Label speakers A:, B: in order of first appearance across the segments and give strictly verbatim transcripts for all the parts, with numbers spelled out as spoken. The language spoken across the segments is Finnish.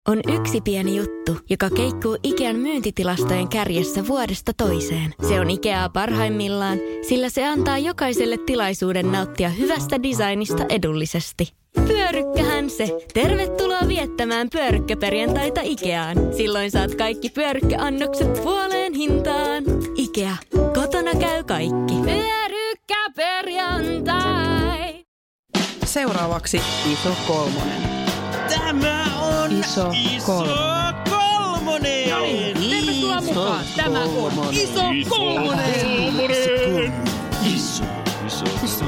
A: On yksi pieni juttu, joka keikkuu Ikean myyntitilastojen kärjessä vuodesta toiseen. Se on Ikeaa parhaimmillaan, sillä se antaa jokaiselle tilaisuuden nauttia hyvästä designista edullisesti. Pyörykkähän se! Tervetuloa viettämään pyörykkäperjantaita Ikeaan. Silloin saat kaikki pyörykkäannokset puoleen hintaan. Ikea. Kotona käy kaikki. Pyörykkäperjantai!
B: Seuraavaksi Iso Kolmonen.
C: Tämä on
B: Iso,
C: iso
B: Kolmonen.
C: Kolmonen.
B: No niin, tervetuloa mukaan. Tämä on Iso Kolmonen.
C: Iso, iso, iso.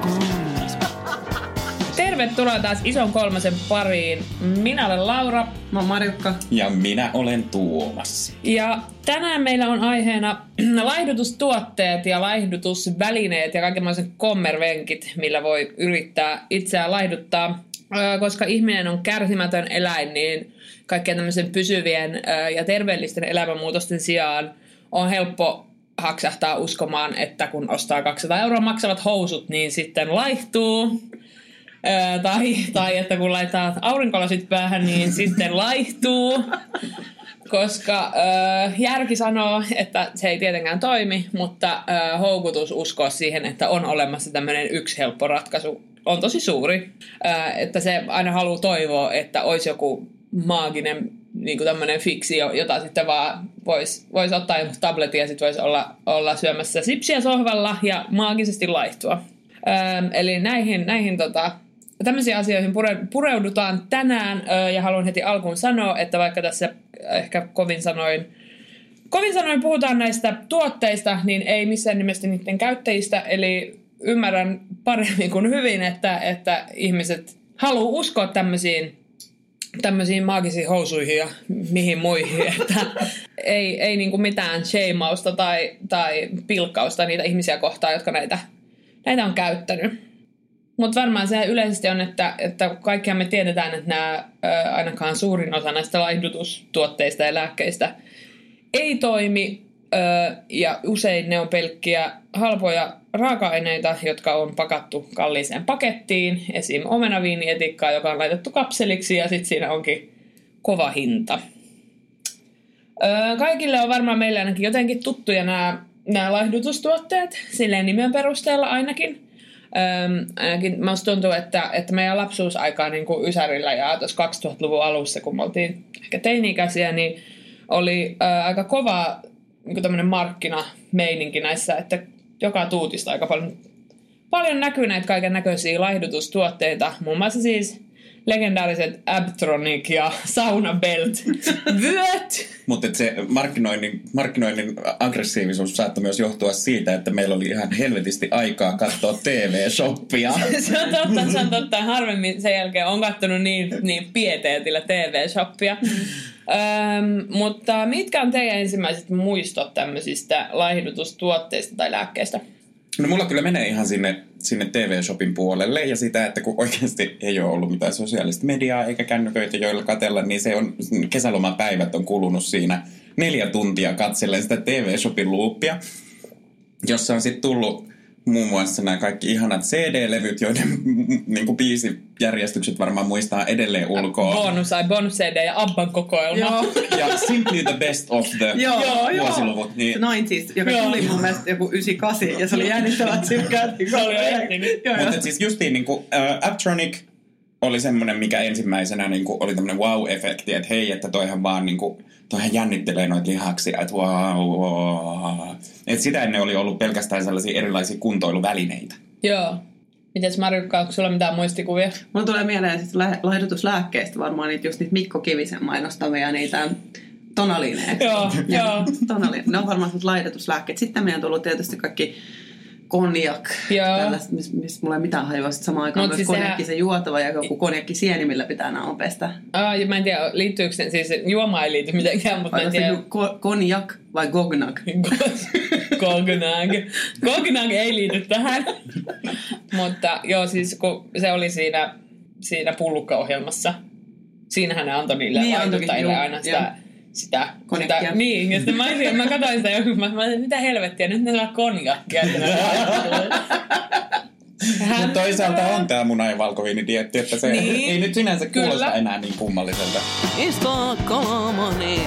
D: Tervetuloa taas Ison kolmosen pariin. Minä olen Laura.
B: Mä oon Marjukka.
E: Ja minä olen Tuomas.
D: Ja tänään meillä on aiheena laihdutustuotteet ja laihdutusvälineet ja kaikenlaiset kommervenkit, millä voi yrittää itseään laihduttaa. Koska ihminen on kärsimätön eläin, niin kaikkien tämmöisen pysyvien ja terveellisten elämänmuutosten sijaan on helppo haksahtaa uskomaan, että kun ostaa kaksisataa euroa maksavat housut, niin sitten laihtuu. Ää, tai, tai että kun laittaa aurinkolasit päähän, niin sitten laihtuu. Koska ää, järki sanoo, että se ei tietenkään toimi, mutta ää, houkutus uskoa siihen, että on olemassa tämmöinen yksi helppo ratkaisu, on tosi suuri. Ää, että se aina haluaa toivoa, että olisi joku maaginen niin kuin tämmöinen fiksi, jota sitten vaan voisi vois ottaa jonkun tabletin ja sitten voisi olla, olla syömässä sipsiä sohvalla ja maagisesti laihtua. Ää, eli näihin, näihin tota, tämmöisiin asioihin pure, pureudutaan tänään ää, ja haluan heti alkuun sanoa, että vaikka tässä ehkä kovin sanoin, kovin sanoin puhutaan näistä tuotteista, niin ei missään nimessä niiden käyttäjistä, eli ymmärrän paremmin kuin hyvin, että, että ihmiset haluaa uskoa tämmöisiin, tämmöisiin maagisiin housuihin ja mihin muihin, että ei, ei niinku mitään sheimausta tai, tai pilkkausta niitä ihmisiä kohtaan, jotka näitä, näitä on käyttänyt. Mutta varmaan se yleisesti on, että, että kaikkihan me tiedetään, että nämä ää, ainakaan suurin osa näistä laihdutustuotteista ja lääkkeistä ei toimi, ää, ja usein ne on pelkkiä halpoja raaka-aineita, jotka on pakattu kalliiseen pakettiin, esim. Omenaviinietikkaa, joka on laitettu kapseliksi, ja sitten siinä onkin kova hinta. Ää, kaikille on varmaan meillä ainakin jotenkin tuttuja nämä, nämä laihdutustuotteet, silleen nimen perusteella ainakin. Öm, ainakin minusta tuntuu, että, että meidän lapsuusaikaa niin kuin Ysärillä ja tuossa kaksituhattaluvun alussa, kun me oltiin ehkä teini-ikäisiä, niin oli ä, aika kova niin tämmöinen markkinameininki näissä, että joka tuutista aika paljon, paljon näkyy näitä kaiken näköisiä laihdutustuotteita. Muun muassa siis legendaariset Abtronic ja Saunabelt vyöt.
E: Mutta se markkinoinnin, markkinoinnin aggressiivisuus saattoi myös johtua siitä, että meillä oli ihan helvetisti aikaa katsoa T V-shoppia.
D: Se on totta, se on totta. Harvemmin sen jälkeen on katsonut niin, niin pieteetillä T V-shoppia. Öm, mutta mitkä on teidän ensimmäiset muistot tämmöisistä laihdutustuotteista tai lääkkeistä?
E: No mulla kyllä menee ihan sinne, sinne T V-shopin puolelle ja sitä, että kun oikeasti ei ole ollut mitään sosiaalista mediaa eikä kännyköitä, joilla katsella, niin se on, kesälomapäivät on kulunut siinä neljä tuntia katsellen sitä T V-shopin loopia, jossa on sitten tullut muun muassa nämä kaikki ihanat C D-levyt, joiden niin kuin biisijärjestykset varmaan muistaa edelleen ulkoa.
D: Bonus, ai bonus C D ja Abban kokoelma.
B: Joo.
E: Ja Simply the Best of the
B: Joo,
E: vuosiluvut. Niin,
B: nineties, joka
D: Joo.
B: tuli mun mielestä joku yhdeksänkymmentäkahdeksan ja se oli jännittävät silkään.
D: Se oli ehtinyt.
E: mutta siis justiin niin kuin, uh, Abtronic oli semmoinen, mikä ensimmäisenä niin kuin, oli tämmöinen wow-efekti, että hei, että toihan vaan niin kuin, toihan jännittelee noita lihaksia, että wow, wow. Että sitä ennen oli ollut pelkästään sellaisia erilaisia kuntoiluvälineitä.
D: Joo. Mites Marjukka, onko sulla mitään muistikuvia?
B: Mulla tulee mieleen siis laihdutuslääkkeistä varmaan niitä, just niitä Mikko Kivisen mainostamia niitä tonaliineja.
D: Joo, joo.
B: Tonaliineja. Ne on varmaan laihdutuslääkkeet. Sitten meidän on tullut tietysti kaikki konjak, tällaista, missä mis mulla ei mitään hajua. Sitten samaan aikaan
D: Mut
B: myös
D: siis
B: konjakki
D: sehän...
B: se juotava ja joku konjakki sieni, millä pitää naama pestä.
D: Ah, mä en tiedä, liittyykö se, siis juoma ei liity mitenkään, mutta mä en tiedä.
B: Ko- konjak vai gognak?
D: Gognag. Gognag ei liity tähän. Mutta joo, siis kun se oli siinä, siinä pullukkaohjelmassa, siinähän ne antoi niille
B: niin,
D: laiduttajille aina sitä... Sitä, sitä, niin, ja sitten mä, olisin, mä katsoin sitä joku, mä sanoin, mitä helvettiä, nyt ne saa konjakkia.
E: Mutta toisaalta on tää muna- ja valkoviinidieetti, että se
D: Niin.
E: ei nyt sinänsä
D: Kyllä.
E: kuulosta enää niin kummalliselta.
C: Ismo kolmonen.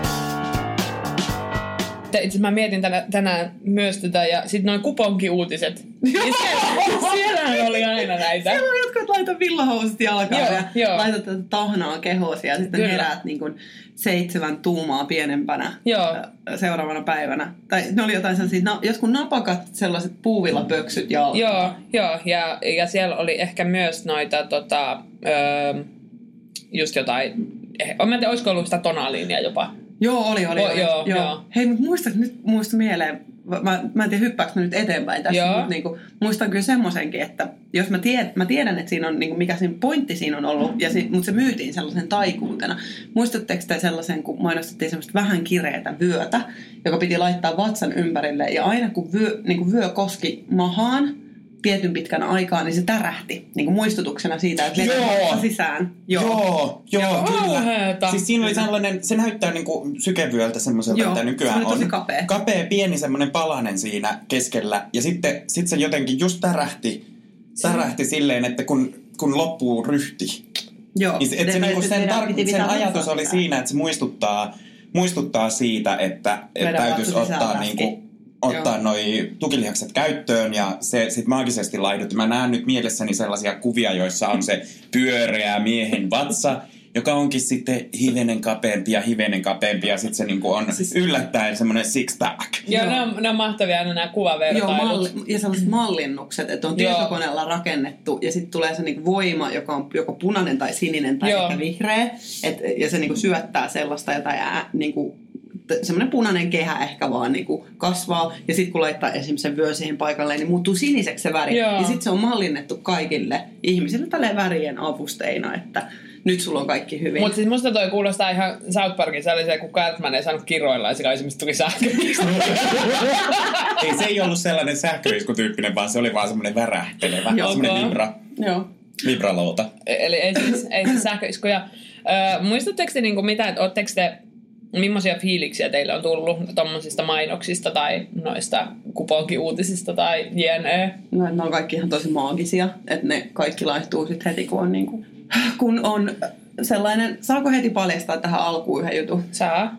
D: Itse asiassa mä mietin tänä, tänään myös tätä ja sit noin kuponkiuutiset. Ja siellä, siellähän oli aina näitä.
B: Siellä on jotkut, että laita villahousut jalkaan
D: Joo,
B: ja
D: joo.
B: laitat tätä tahnaa kehoosi ja sitten
D: Kyllä.
B: heräät niin kuin seitsemän tuumaa pienempänä
D: Joo.
B: ö, seuraavana päivänä. Tai ne oli jotain sellaisia, na, jotkut napakat sellaiset puuvillapöksyt jalkaan.
D: Joo, joo. Ja, ja siellä oli ehkä myös noita tota, öö, just jotain, eh, mä en tiedä, olisiko ollut sitä tonaliinia jopa.
B: Joo, oli, oli.
D: O-
B: oli.
D: joo, joo.
B: Hei, mutta muista, nyt muista mieleen, mä, mä en tiedä hyppääkö mä nyt eteenpäin tässä,
D: Joo.
B: mutta niinku, muistan kyllä semmoisenkin, että jos mä, tied, mä tiedän, että siinä on, niinku, mikä siinä pointti siinä on ollut, ja si, mutta se myytiin sellaisen taikuutena. Muistatteko te sellaisen, kun mainostettiin semmoista vähän kireätä vyötä, joka piti laittaa vatsan ympärille, ja aina kun vyö, niinku vyö koski mahaan, tietyn pitkän aikaa, niin se tärähti niin kuin muistutuksena siitä, että
E: Joo.
B: vetää vatsa sisään.
E: Joo, joo, joo kyllä.
D: Kauheeta.
E: Siis siinä oli sellainen, se näyttää niinku sykevyöltä semmoiselta,
B: Joo,
E: mitä nykyään
B: se oli tosi
E: on.
B: kapea.
E: Kapea, pieni semmoinen palanen siinä keskellä. Ja sitten sit se jotenkin just tärähti, tärähti silleen, että kun, kun loppuu ryhti.
B: Joo.
E: Niin se, et se, niinku sen,
B: Teidän
E: tar-
B: piti
E: sen
B: pitää
E: ajatus
B: vatsaa
E: oli
B: sisään.
E: siinä, että se muistuttaa, muistuttaa siitä, että, että
B: Vedä
E: täytyisi
B: vatsa sisään
E: ottaa,
B: läski.
E: niinku, ottaa
B: Joo.
E: noi tukilihakset käyttöön ja se sit maagisesti laihdutti. Mä näen nyt mielessäni sellaisia kuvia, joissa on se pyöreä miehen vatsa, joka onkin sitten hivenen kapeampi ja hivenen kapeampi ja sitten se niinku on
B: Siis-
E: yllättäen semmoinen six pack.
D: Joo,
B: Joo.
D: ne on, ne on mahtavia aina nämä
B: Joo,
D: kuvavertailut.
B: malli, ja sellaiset mallinnukset, että on
D: Joo.
B: tietokoneella rakennettu ja sitten tulee se niinku voima, joka on joko punainen tai sininen tai
D: Joo.
B: ehkä vihreä. Et, ja se niinku syöttää sellaista jotain ää, niinku, semmoinen punainen kehä ehkä vaan niinku kasvaa. Ja sitten kun laittaa esimerkiksi sen vyö siihen paikalle, niin muuttuu siniseksi se väri.
D: Joo.
B: Ja sitten se on mallinnettu kaikille ihmisille tälleen värien avusteina, että nyt sulla on kaikki hyvin.
D: Mutta siis musta toi kuulostaa ihan South Parkin sellaisia, kun Cartman ei saanut kiroilla ja se kai esimerkiksi tuli sähköistä.
E: Ei, se ei ollut sellainen sähköiskutyyppinen, vaan se oli vaan semmoinen värähtelevä,
B: Joo.
E: semmoinen vibra,
B: Joo.
E: vibralouta.
D: Eli ei siis, ei siis sähköiskuja. Öö, muistatteko te niinku mitä, että ootteko te, millaisia fiiliksiä teille on tullut tommosista mainoksista tai noista kuponkiuutisista tai jne?
B: No, ne on kaikki ihan tosi maagisia, että ne kaikki laihtuu sitten heti, kun on, niinku, kun on sellainen... Saako heti paljastaa tähän alkuun yhden jutun?
D: Saa.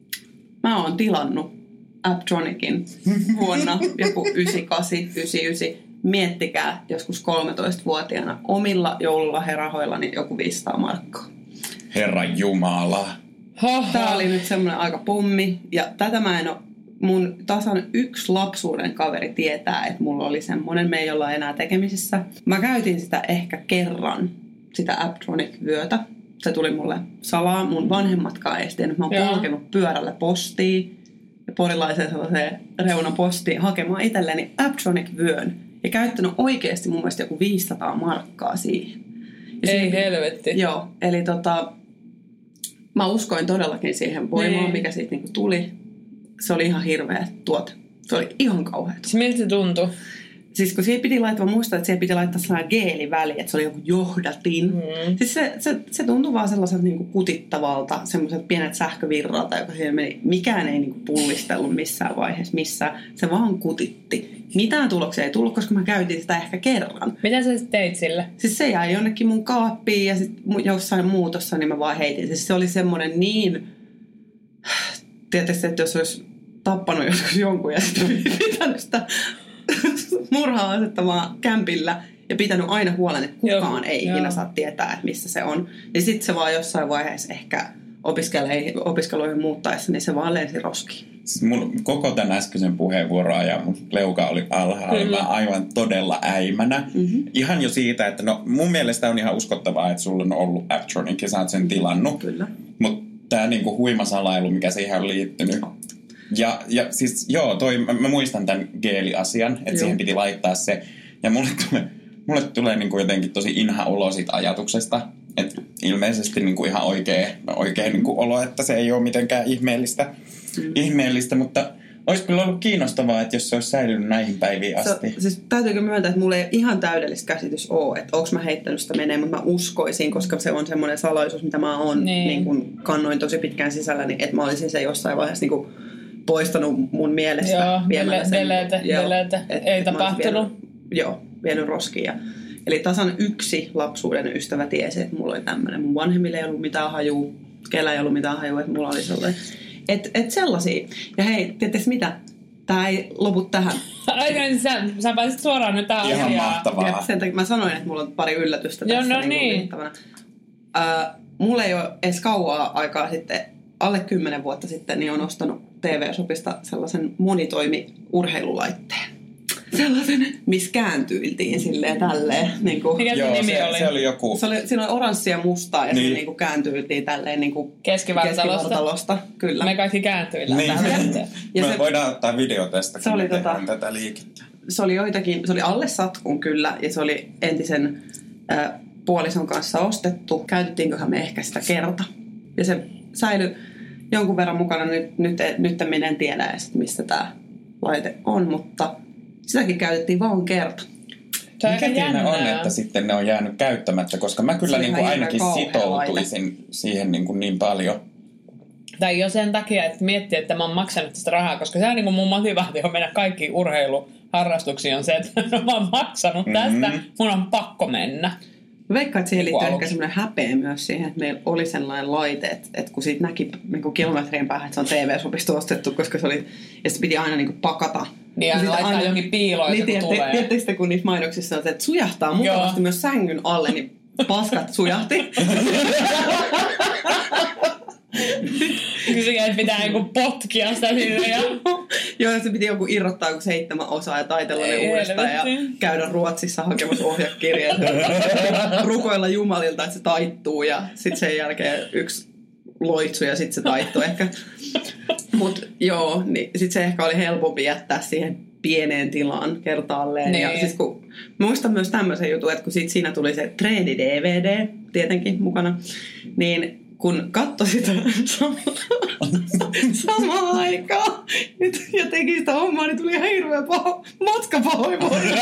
B: Mä oon tilannut Apptronicin vuonna joku yhdeksänkymmentäkahdeksan yhdeksänkymmentäyhdeksän. Miettikää joskus kolmetoistavuotiaana omilla joululahjarahoillani joku viisisataa markkaa.
E: Herran Jumala.
D: Hoho.
B: Tää oli nyt semmoinen aika pommi. Ja tätä mä en oo, mun tasan yksi lapsuuden kaveri tietää, että mulla oli semmoinen, me ei olla enää tekemisissä. Mä käytin sitä ehkä kerran, sitä Apptronic-vyötä. Se tuli mulle salaa, mun vanhemmatkaan ei tiennyt. Mä oon
D: Joo.
B: polkenut pyörällä postiin ja porilaiseen sellaiseen reunapostiin hakemaan itselleni Apptronic-vyön. Ja käyttänyt oikeasti mun mielestä joku viisisataa markkaa siihen. Ja
D: Ei
B: siihen-
D: helvetti.
B: Joo, eli tota... Mä uskoin todellakin siihen voimaan,
D: Niin.
B: mikä siitä niinku tuli. Se oli ihan hirveä tuote. Se oli ihan kauhea.
D: Siis miltä se tuntui?
B: Siis kun siihen piti laittaa, mä muistan, että siihen piti laittaa sellainen geeliväli, että se oli joku johdatin.
D: Mm.
B: Siis se, se, se tuntui vaan sellaiselta niinku kutittavalta, semmoiset pienet sähkövirralta, joka siihen meni. Mikään ei niinku pullistellut missään vaiheessa, missään. Se vaan kutitti. Mitään tuloksia ei tullut, koska mä käytin sitä ehkä kerran.
D: Mitä sä sitten teit sille?
B: Siis se jäi jonnekin mun kaappiin ja sitten jossain muutossa niin mä vaan heitin. Siis se oli semmoinen niin... Tietysti, että jos olisi tappanut joskus jonkun ja sitten pitänyt sitä murhaa asettamaan kämpillä ja pitänyt aina huolen, että kukaan
D: Joo,
B: ei
D: joo.
B: ikinä saa tietää, että missä se on. Ja sitten se vaan jossain vaiheessa ehkä opiskeluihin muuttaessa, niin se vaan lensi roskiin.
E: Siis mun koko tämän äskeisen puheenvuoron ajan mun leuka oli alhaalla,
D: Kyllä.
E: aivan todella äimänä.
B: Mm-hmm.
E: Ihan jo siitä, että no mun mielestä on ihan uskottavaa, että sulla on ollut Apptronic ja sä oot sen tilannut.
B: Kyllä.
E: Mutta tää niinku huima salailu, mikä siihen on liittynyt. Ja, ja siis joo, toi, mä, mä muistan tämän geeliasian, että
B: Joo.
E: siihen piti laittaa se. Ja mulle tulee, mulle tulee niinku jotenkin tosi inha olo siitä ajatuksesta. Että ilmeisesti niinku ihan oikea, oikea niinku olo, että se ei ole mitenkään ihmeellistä. Mm. ihmeellistä, mutta olisi kyllä ollut kiinnostavaa, että jos se olisi säilynyt näihin päiviin asti.
B: Se, siis täytyykö myöntää, että mulla ei ihan täydellistä käsitys ole, että onko mä heittänyt sitä menee, mutta mä uskoisin, koska se on semmoinen salaisuus, mitä mä oon
D: Niin.
B: niin kun kannoin tosi pitkään sisälläni, että mä olisin se jossain vaiheessa niin kun poistanut mun mielestä
D: Joo,
B: viemällä
D: dele-
B: sen.
D: delete,
B: Joo,
D: delete.
B: et-
D: Ei
B: et mä olisin
D: tapahtunut.
B: vienyt- Joo, vienyt roskia. Eli tasan yksi lapsuuden ystävä tiesi, että mulla oli tämmöinen. Mun vanhemmille ei ollut mitään hajua, kellä ei ollut mitään hajua, että mulla oli sellainen. Että et sellaisia. Ja hei, tiedätkö mitä? Tää ei lopu tähän.
D: Aika, niin sä, sä pääsit suoraan nyt tähän
E: Ihan
D: asiaan.
E: mahtavaa.
B: Ja sen takia mä sanoin, että mulla on pari yllätystä tässä.
D: Joo, no
B: niin.
D: niin.
B: Äh, mulla ei ole edes kauaa aikaa sitten, alle kymmenen vuotta sitten, niin on ostanut T V-shopista sellaisen monitoimi-urheilulaitteen. Sellaisen, missä kääntyiltiin silleen tälleen. Niin kuin,
D: Mikä se
E: Joo,
D: nimi
E: se,
D: oli?
E: se oli joku...
B: se oli, siinä oli oranssia ja mustaa ja niin.
E: Niin.
B: se niin kuin kääntyiltiin tälleen niin kuin
D: Keskivartalosta.
B: keskivartalosta. Kyllä.
D: Me kaikki kääntyillä
E: Niin.
D: tähän.
B: Ja
E: Me
B: se-
E: voidaan ottaa video tästä,
B: Se
E: kun
B: oli
E: me tehdään
B: tota-
E: tätä liikettä.
B: Se oli joitakin, se oli alle satkun kyllä ja se oli entisen äh, puolison kanssa ostettu. Käytettiinköhän me ehkä sitä kerta. Ja se säilyi jonkun verran mukana. Nyt, nyt, nyt minä en tiedä edes, mistä tämä laite on, mutta sitäkin käytettiin vaan kerta.
D: Se on
E: Mikä
D: aika
E: tilanne on,
D: jännää.
E: että sitten ne on jäänyt käyttämättä, koska mä kyllä
B: Se oli
E: niin kuin
B: ihan
E: ainakin
B: hirveän kauhea
E: sitoutuisin siihen niin, kuin niin paljon.
D: Tai jo sen takia, että miettii, että mä oon maksanut tästä rahaa, koska se on niin kuin mun motivaatio mennä kaikkiin urheiluharrastuksiin on se, että no, mä oon maksanut tästä,
E: Mm-hmm.
D: mun on pakko mennä.
B: Mä veikkaan, että siihen liittyy
D: Wow.
B: ehkä semmoinen häpeä myös siihen, että meillä oli sellainen laite, että, että kun siitä näki niin kuin kilometrien päähän, että se on T V-shopista ostettu, koska se oli, ja se piti aina niin kuin pakata.
D: Niin, ja
B: sitten
D: laittaa johonkin piiloon,
B: niin,
D: kun
B: tiedätte,
D: tulee.
B: Tiedättekö sitten, kun niissä mainoksissa on se, että sujahtaa mukavasti
D: Joo.
B: myös sängyn alle, niin paskat sujahti.
D: Kysyjä, että pitää niinku potkia sitä sinne. Ja...
B: Joo, ja se piti joku irrottaa joku seitsemän osaa ja taitella ne
D: Ei
B: uudestaan ja
D: helvetti.
B: käydä Ruotsissa hakemassa ohjakirjaa. Rukoilla Jumalilta, että se taittuu ja sitten sen jälkeen yksi loitsu ja sitten se taittuu ehkä. Mutta joo, niin sitten se ehkä oli helpompi jättää siihen pieneen tilaan kertaalleen.
D: Niin.
B: Ja siis kun, mä muistan myös tämmöisen jutun, että kun sit siinä tuli se treeni-D V D tietenkin mukana, niin kun katsoi sitä samaan aikaan ja teki sitä hommaa, niin tuli ihan hirveä paho, matkapahoinvointi.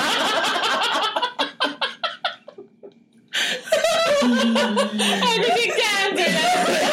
D: Ai miten kääntynyt?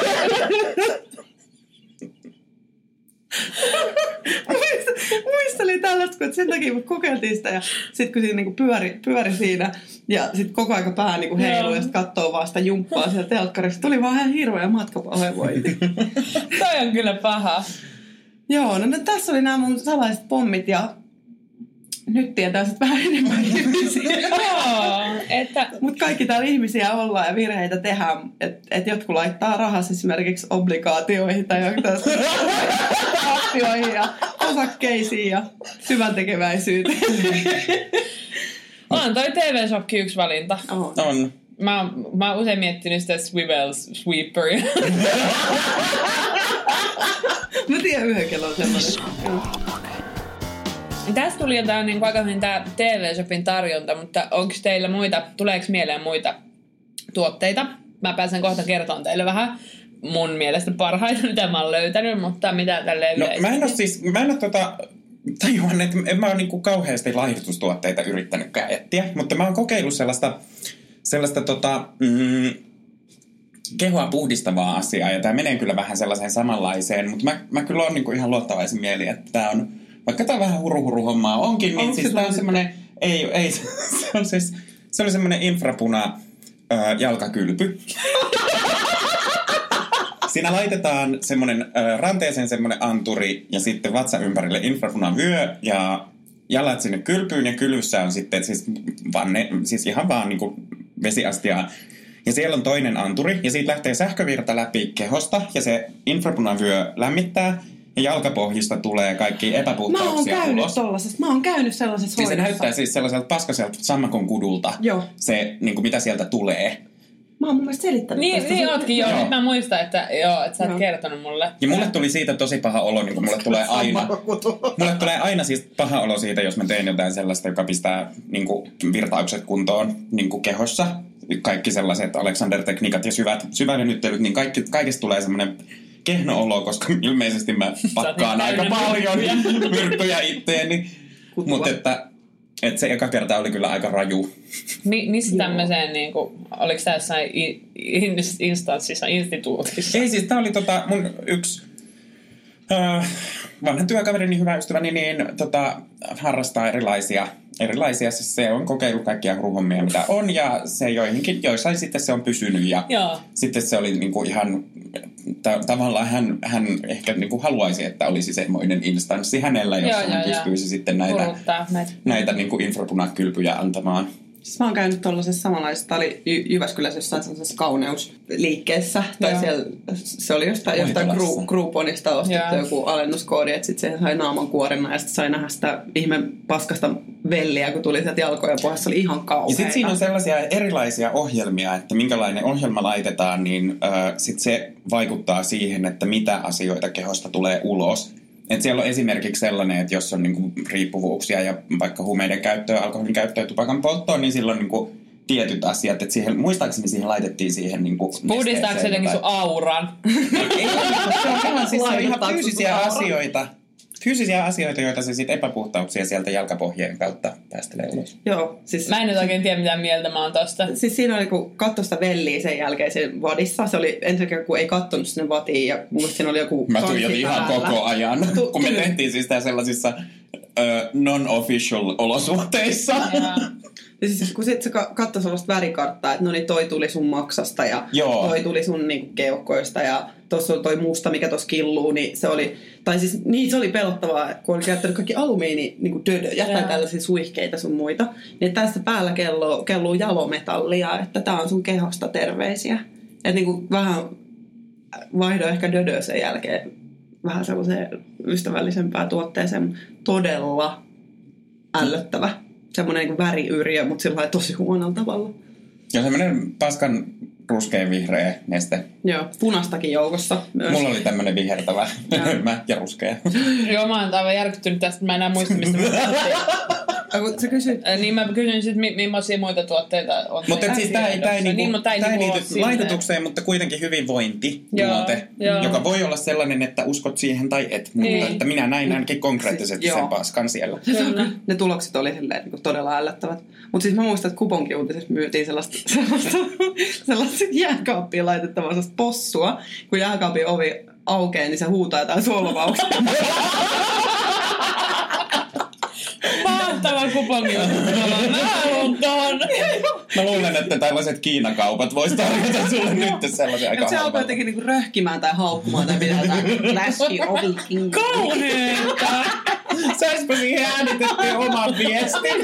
B: Muistelin tällaista, kun sen takia kun kokeiltiin sitä ja sitten kun siinä niinku pyöri, pyöri siinä ja sitten koko aika pää niinku heiluu ja sitten katsoo vaan sitä jumppaa siellä telkkarissa. Tuli vaan ihan hirveä matkapahoinvointi.
D: Toi on kyllä paha.
B: Joo, no, no tässä oli nämä mun salaiset pommit ja nyt tietää sitten vähän enemmän ihmisiä.
D: Joo, että...
B: Mutta kaikki täällä ihmisiä ollaan ja virheitä tehdään. Että et jotkut laittaa rahas esimerkiksi obligaatioihin tai aktioihin ja osakkeisiin ja hyvän tekeväisyyteen.
D: On toi T V-shopki yksi valinta.
B: Oh.
E: On.
D: Mä, oon- mä oon usein miettinyt sitä Swivel Sweeperia.
B: Mä tiedän yhden kellon semmoinen.
D: Tästä tuli jotain niin aika hyvin tää T V-shopin tarjonta, mutta onko teillä muita, tuleeko mieleen muita tuotteita? Mä pääsen kohta kertomaan teille vähän mun mielestä parhaita, mitä mä oon löytänyt, mutta mitä tälleen
E: No
D: yleisesti.
E: mä en ole siis, mä en ole tota, tajuan, että en mä ole niinku kauheasti laihdutustuotteita yrittänytkään etsiä, mutta mä oon kokeillut sellaista, sellaista tota, mm, kehoa puhdistavaa asiaa, ja tää menee kyllä vähän sellaiseen samanlaiseen, mutta mä, mä kyllä oon niinku ihan luottavaisin mieli, että tää on, vaikka tää vähän huru-huru hommaa onkin, niin
B: Onko
E: siis
B: se
E: tää on
B: tosi-
E: semmonen, ei, ei, se on siis, se oli semmonen infrapuna ö, jalkakylpy. Siinä laitetaan semmoinen ö, ranteeseen semmoinen anturi ja sitten vatsan ympärille infrapunavyö ja jalat sinne kylpyyn ja kylvyssä on sitten siis, vanne, siis ihan vaan niin kuin vesiastiaa. Ja siellä on toinen anturi ja siitä lähtee sähkövirta läpi kehosta ja se infrapunavyö lämmittää ja jalkapohjista tulee kaikki
B: Mä oon
E: epäpuhtauksia
B: käynyt
E: ulos.
B: tollasesta. Mä oon käynyt sellaisessa
E: Niin se
B: hoidossa.
E: näyttää siis sellaiselta paskaselta sammakon kudulta,
B: Joo.
E: se niin kuin mitä sieltä tulee.
B: Mä oon mun mielestä selittänyt
D: Niin,
B: tästä.
D: niin ootkin joo.
E: Joo.
D: Nyt mä muistan, että, joo, että sä oot
B: Joo.
D: kertonut mulle.
E: Ja mulle tuli siitä tosi paha olo, niin kuin mulle tulee aina. Mulle tulee aina siis paha olo siitä, jos mä teen jotain sellaista, joka pistää niin kuin virtaukset kuntoon niin kuin kehossa. Kaikki sellaiset Alexander-tekniikat ja syvät, syvävenyttelyt, niin kaikki, kaikesta tulee semmoinen kehno olo, koska ilmeisesti mä pakkaan
D: niin
E: aika
D: täynnä
E: paljon
D: myrkkyjä.
E: myrkkyjä itteeni. Mutta että, että se eka kerta oli kyllä aika raju.
D: Mi- missä tämmöiseen, niin kuin, oliko tämä jossain i- in- instanssissa, instituutissa?
E: Ei siis, tää oli tota mun yksi äh, vanha työkaverini, hyvä ystäväni, niin tota, harrastaa erilaisia erilaisia. Siis se on kokeillut kaikkia ruhommia, mitä on, ja se joihinkin, joissain sitten se on pysynyt, ja
D: Joo.
E: sitten se oli niinku ihan, ta- tavallaan hän, hän ehkä niinku haluaisi, että olisi semmoinen instanssi hänellä, jossa
D: Joo,
E: hän
D: joo,
E: pystyisi
D: joo.
E: sitten näitä,
D: näitä.
E: näitä niinku infrapunakylpyjä antamaan.
B: Siis mä oon käynyt tuollaisessa samanlaisessa, tää oli Jy- Jyväskylässä jossain sellaisessa kauneusliikkeessä, tai
D: Joo.
B: siellä, se oli jostain, jostain
E: Hoitolassa.
B: Gru- Grouponista ostettu
D: Joo.
B: joku alennuskoodi, että sitten se sai naaman kuorina ja sitten sai nähdä sitä ihme paskasta velliä, kun tuli sieltä jalkojen pohjassa, se oli ihan kauheita.
E: Ja sitten siinä on sellaisia erilaisia ohjelmia, että minkälainen ohjelma laitetaan, niin äh, sitten se vaikuttaa siihen, että mitä asioita kehosta tulee ulos. Et siellä on esimerkiksi sellainen, että jos on niinku riippuvuuksia ja vaikka huumeiden käyttöä, alkoholin käyttöä ja tupakan polttoa, niin silloin niinku tietyt asiat. Et siihen, muistaakseni siihen laitettiin siihen niinku
D: Puhdistaako se jotenkin sun auran?
E: Ei, se on ihan, siis se on ihan
B: Laitetaan
E: fyysisiä
B: sun auran.
E: asioita. Fyysisiä asioita, joita se sitten epäpuhtauksia sieltä jalkapohjien kautta päästelee ulos.
B: Joo, siis...
D: Mä en nyt oikein tiedä, mitä mieltä mä oon tosta.
B: Siis siinä oli, kun katsoi sitä velliä sen jälkeen sen vadissa, se oli ensinnäkin, kun ei kattonut sinne vatiin, ja mun mielestä siinä oli joku
E: Mä
B: kansi
E: tuijotin ihan
B: päällä.
E: koko ajan,
B: Tu-
E: kun me
B: kyllä.
E: tehtiin siis sitä sellaisissa ö, non-official olosuhteissa.
B: Ja siis kun sit se ka- katsoi sellaista värikarttaa, että no niin toi tuli sun maksasta ja
E: Joo.
B: toi tuli sun niinku keuhkoista ja tossa on toi musta, mikä tossa killuu, niin se oli, tai siis niin se oli pelottavaa, kun oli käyttänyt kaikki alumiini niinku dödöjä tai
D: Joo.
B: tällaisia suihkeita sun muita, niin tässä päällä kelluu, kelluu jalometallia, että tää on sun kehosta terveisiä. Että niinku vähän vaihdoin ehkä dödöä sen jälkeen vähän sellaiseen ystävällisempään tuotteeseen, todella ällöttävä. Semmoinen niin väriyrjö, mutta sillä lailla tosi huonolla tavalla.
E: Ja semmoinen paskan ruskean vihreä neste.
B: Joo, punastakin joukossa myös.
E: Mulla oli tämmönen vihertävä hölmä ja ruskea.
D: Joo, mä oon aivan järkyttynyt tästä. Mä enää muista, mistä me puhuttiin.
B: Ah, kun sä kysyit,
D: Äh, Niin mä kysyin sit, mi- millaisia muita tuotteita on.
E: Mutta
D: se
E: siis tää ei, tää ei,
D: niin,
E: niinku,
D: mutta tää ei
E: tää ei
D: niinku
E: liity
D: ole
E: laitotukseen, mutta kuitenkin hyvinvointituote,
D: Joo, joo.
E: joka voi olla sellainen, että uskot siihen tai et. Mutta
D: Niin.
E: että minä näin ainakin konkreettisesti
B: Joo.
E: sen paskan siellä.
D: Kyllä.
B: ne tulokset oli silleen, niin kuin todella ällöttävät. Mutta siis mä muistan, että kuponkiuutisessa myytiin sellaista, sellaista, sellaista jääkaappiin laitettavaa sellaista possua. Kun jääkaapin ovi aukeaa, niin se huutaa jotain solvauksia.
D: Mahtava kuponki. Mä haluun ton.
E: Mä luulen, että tällaiset Kiinakaupat vois tarjota sulle nyt sellaisen aika
B: Se alkoi
E: halvalla.
B: jotenkin niinku röhkimään tai haukkumaan tai pitää jotain läski ovi kiinni.
D: Kauheeta.
E: Saisiko siihen äänitettyä oman viestin?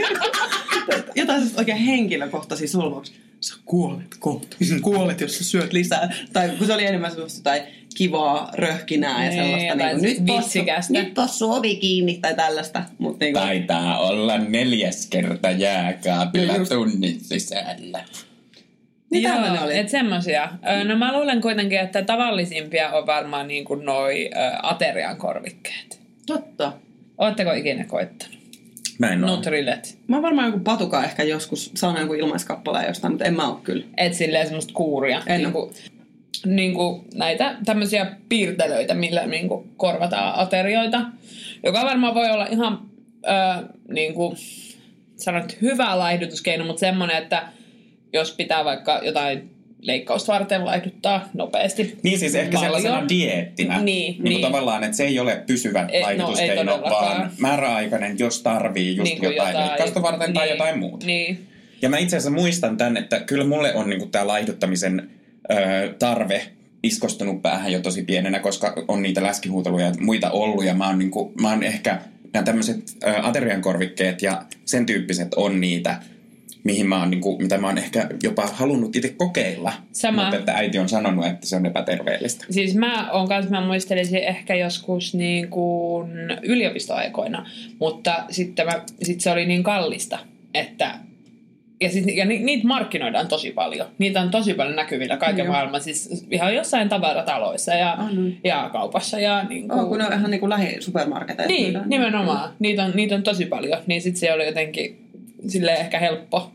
B: Jotain sellaista oikein henkilökohtaisia solvauksia. Sä kuolet kohta. Sä kuolet, jos sä syöt lisää. Tai kun se oli enemmän sellaista tai kivaa röhkinää ja
D: Niin,
B: sellaista.
D: jotain
B: Niin nyt
D: vitsikästä.
B: Nyt possu ovi kiinni tai tällaista. Mut niinku,
E: Taitaa olla neljäs kerta jääkaapilla
B: Just.
E: tunnin sisällä.
B: Niin
D: Joo,
B: tällainen oli.
D: et semmosia. Ö, No mä luulen kuitenkin, että tavallisimpia on varmaan niin kuin noi ö, aterian korvikkeet.
B: Totta.
D: Ootteko ikinä koittanut?
E: Mä en oo.
D: Nutrilet.
B: Mä oon varmaan joku patuka ehkä joskus saanut joku ilmaiskappaleen jostain, mutta en mä oo kyllä.
D: Et silleen semmoista kuuria.
B: En
D: Niinku, niinku näitä tämmöisiä piirtelöitä, millä niinku korvataan aterioita. Joka varmaan voi olla ihan ö, niinku, sanot hyvä laihdutuskeino, mutta semmoinen, että jos pitää vaikka jotain leikkausta varten laihduttaa nopeasti.
E: Niin siis ehkä
D: paljon.
E: sellaisena dieettinä.
D: Niin,
E: niin.
D: niin.
E: Tavallaan, että se ei ole pysyvä
D: Ei, no, ei
E: laihdutuskeino,
D: todellakaan.
E: vaan määräaikainen, jos tarvii just
D: Niinku
E: jotain, jotain leikkausta varten
D: niin,
E: tai jotain muuta.
D: Niin.
E: Ja mä itse asiassa muistan tämän, että kyllä mulle on niinku tämä laihduttamisen ö, tarve iskostunut päähän jo tosi pienenä, koska on niitä läskihuuteluja ja muita ollut. Ja mä oon, niinku, mä oon ehkä, nämä tämmöiset ö, ateriankorvikkeet ja sen tyyppiset on niitä, mihin mä oon, niinku, mitä mä oon ehkä jopa halunnut itse kokeilla.
D: Sama.
E: Mutta että äiti on sanonut, että se on epäterveellistä.
D: Siis mä oon kanssa, mä muistelisin ehkä joskus niin kuin yliopistoaikoina, mutta sitten mä, sit se oli niin kallista, että ja, sit, ja ni, niitä markkinoidaan tosi paljon. Niitä on tosi paljon näkyvillä kaiken
B: Joo.
D: maailman, siis ihan jossain tavarataloissa ja,
B: On.
D: ja kaupassa. Ja niin kuin,
B: Oh, kun ne on ihan niinku lähi-supermarketeissa.
D: niin,
B: myydään.
D: nimenomaan. Niitä on, niitä on tosi paljon, niin sit se oli jotenkin silleen ehkä helppo.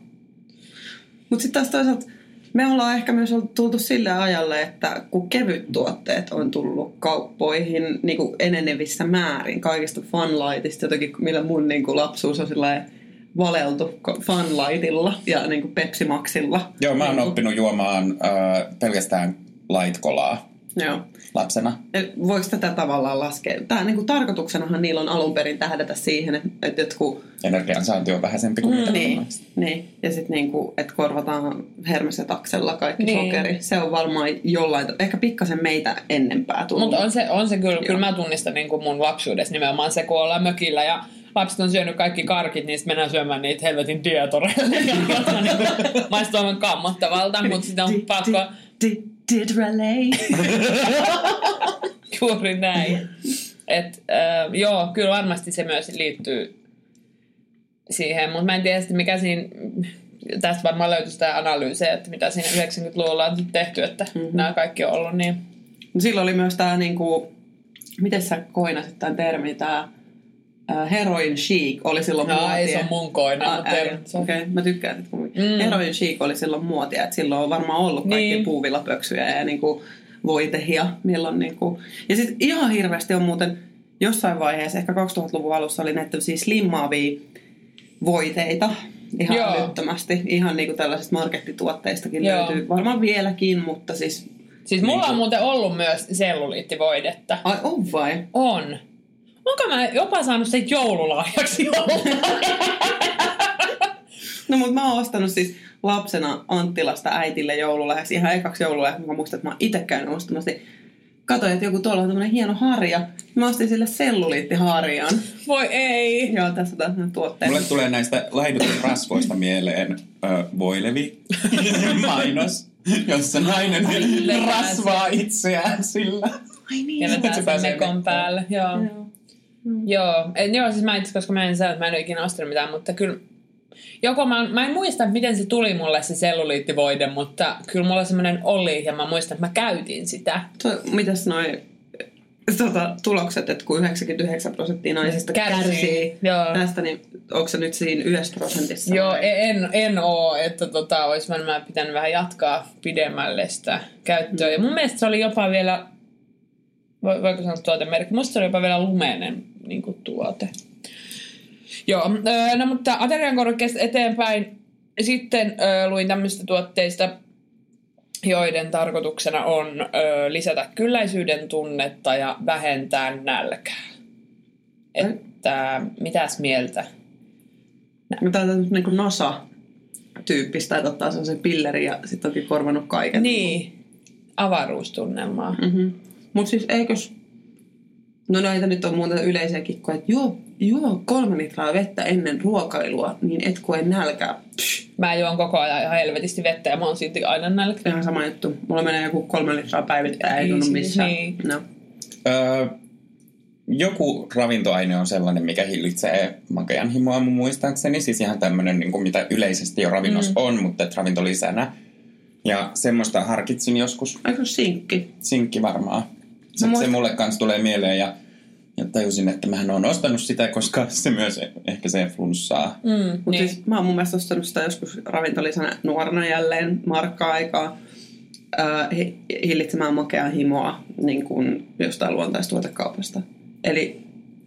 B: Mutta sitten taas toisaalta me ollaan ehkä myös tultu sille ajalle, että kun kevyttuotteet on tullut kauppoihin niin kuin enenevissä määrin, kaikista Funlightista, jotenkin millä mun niin kuin lapsuus on silleen valeltu Funlightilla ja niin kuin Pepsi Maxilla.
E: Joo, mä oon
B: niin kuin,
E: oppinut juomaan äh, pelkästään light-kolaa.
B: Joo.
E: lapsena.
B: Voiko tätä tavallaan laskea? Tämä niin kuin, tarkoituksenahan niillä on alun perin tähdätä siihen, että, että jotkut...
E: Energiansaanti on vähäisempi kuin mm, mitä
B: niin, niin. Ja sitten niin kuin, että korvataan Hermes-taksella kaikki niin. sokeri. Se on varmaan jollain... Ehkä pikkasen meitä ennempää tullut.
D: Mutta on se, on se kyllä, kyllä mä tunnistan niin kuin mun lapsuudessa nimenomaan se, kun ollaan mökillä ja lapset on syönyt kaikki karkit, niin sitten mennään syömään niitä helvetin dietoreille, jotka niin maistuu aivan kammottavalta, mutta sitä on pakko...
B: Did relay.
D: Juuri näin. Et, äh, joo, kyllä varmasti se myös liittyy siihen, mutta mä en tiedä, mikä siinä, tästä varmaan löytyy sitä analyysiä, että mitä siinä yhdeksänkymmentäluvulla on tehty, että mm-hmm. nämä kaikki on ollut niin.
B: Silloin oli myös tämä, niinku, miten sä koinasit tämän termin, tämä uh, heroin chic oli silloin
D: no,
B: muotia.
D: Ei se on mun koina, mutta
B: Okei, okay, mä tykkään siitä kumminkin. Mm. Heroin chic oli silloin muotia, että silloin on varmaan ollut kaikki niin. puuvillapöksyjä ja niinku voitehia. Milloin niinku. Ja sitten ihan hirveästi on muuten jossain vaiheessa, ehkä kaksituhattaluvun alussa oli näitä siis slimmaavia voiteita. Ihan Joo. älyttömästi. Ihan niinku tällaisista markettituotteistakin Joo. löytyy. Varmaan vieläkin, mutta siis...
D: Siis mulla niin. on muuten ollut myös selluliittivoidetta.
B: Ai on vai?
D: On. Onko mä jopa saanut sen joululahjaksi jollain?
B: No mutta mä oon ostanut siis lapsena Anttilasta äitille joululahjaksi. Ihan ekaksi joululahjaksi, mä muistan, että mä oon itse käynyt ostamassa. Katoin, että joku tuolla on tämmönen hieno harja. Mä ostin sille selluliittiharjan.
D: Voi ei.
B: Joo, tässä on tässä tuotteet.
E: Mulle tulee näistä laihdutusrasvoista mieleen ö, Voilevi mainos, jossa nainen rasvaa itseään sillä.
B: Ai niin.
D: Ja vetää sen mekon päälle. Joo. Joo. Mm. Joo. Et, joo, siis mä itse, koska mä en sano, että mä en ole ikinä ostanut mitään, mutta kyllä joko mä, mä en muista, miten se tuli mulle se selluliittivoide, mutta kyllä mulla semmoinen oli ja mä muistan, että mä käytin sitä. To,
B: mitäs noi tota, tulokset, että kun yhdeksänkymmentäyhdeksän prosenttia naisista kärsii, kärsii tästä, niin onko se nyt siinä yhdessä prosentissa?
D: Joo, en, en oo, että tota, olisi varmaan pitänyt vähän jatkaa pidemmälle sitä käyttöä. Mm. Ja mun mielestä se oli jopa vielä, voiko sanoa tuotemerkki, musta se oli jopa vielä lumeinen niin kuin tuote. Joo, no mutta ateriankorkeasta eteenpäin sitten ö, luin tämmöistä tuotteista, joiden tarkoituksena on ö, lisätä kylläisyyden tunnetta ja vähentää nälkää. Että mitäs mieltä?
B: Tämä on niin kuin NASA-tyyppistä, että ottaa sellaisen pillerin ja sitten onkin korvannut kaiken.
D: Niin, avaruustunnelmaa.
B: Mm-hmm. Mutta siis eikös... No näitä nyt on muuta yleisiä kikkoja, että juo, juo kolme litraa vettä ennen ruokailua, niin et koe nälkää. Psh.
D: Mä juon koko ajan ihan helvetisti vettä ja mä oon silti aina nälkä.
B: Ihan sama juttu. Mulla menee joku kolme litraa päivittäin, ei tunnu missään. Niin. No.
E: Öö, joku ravintoaine on sellainen, mikä hillitsee makean himoa mun muistaakseni. Siis ihan tämmöinen, niin kuin mitä yleisesti jo ravinnossa mm. on, mutta ravintolisänä. Ja semmoista harkitsin joskus.
B: Eikö sinkki?
E: Sinkki varmaan. Se, se mulle kanssa tulee mieleen ja, ja tajusin, että mähän oon ostanut sitä, koska se myös ehkä se flunssaa.
B: Mm, Mutta niin. siis mä oon mun mielestä ostanut sitä joskus ravintolisänä nuorena jälleen markka-aikaa äh, hillitsemään makeaa himoa niin kuin jostain luontaistuotekaupasta. Eli...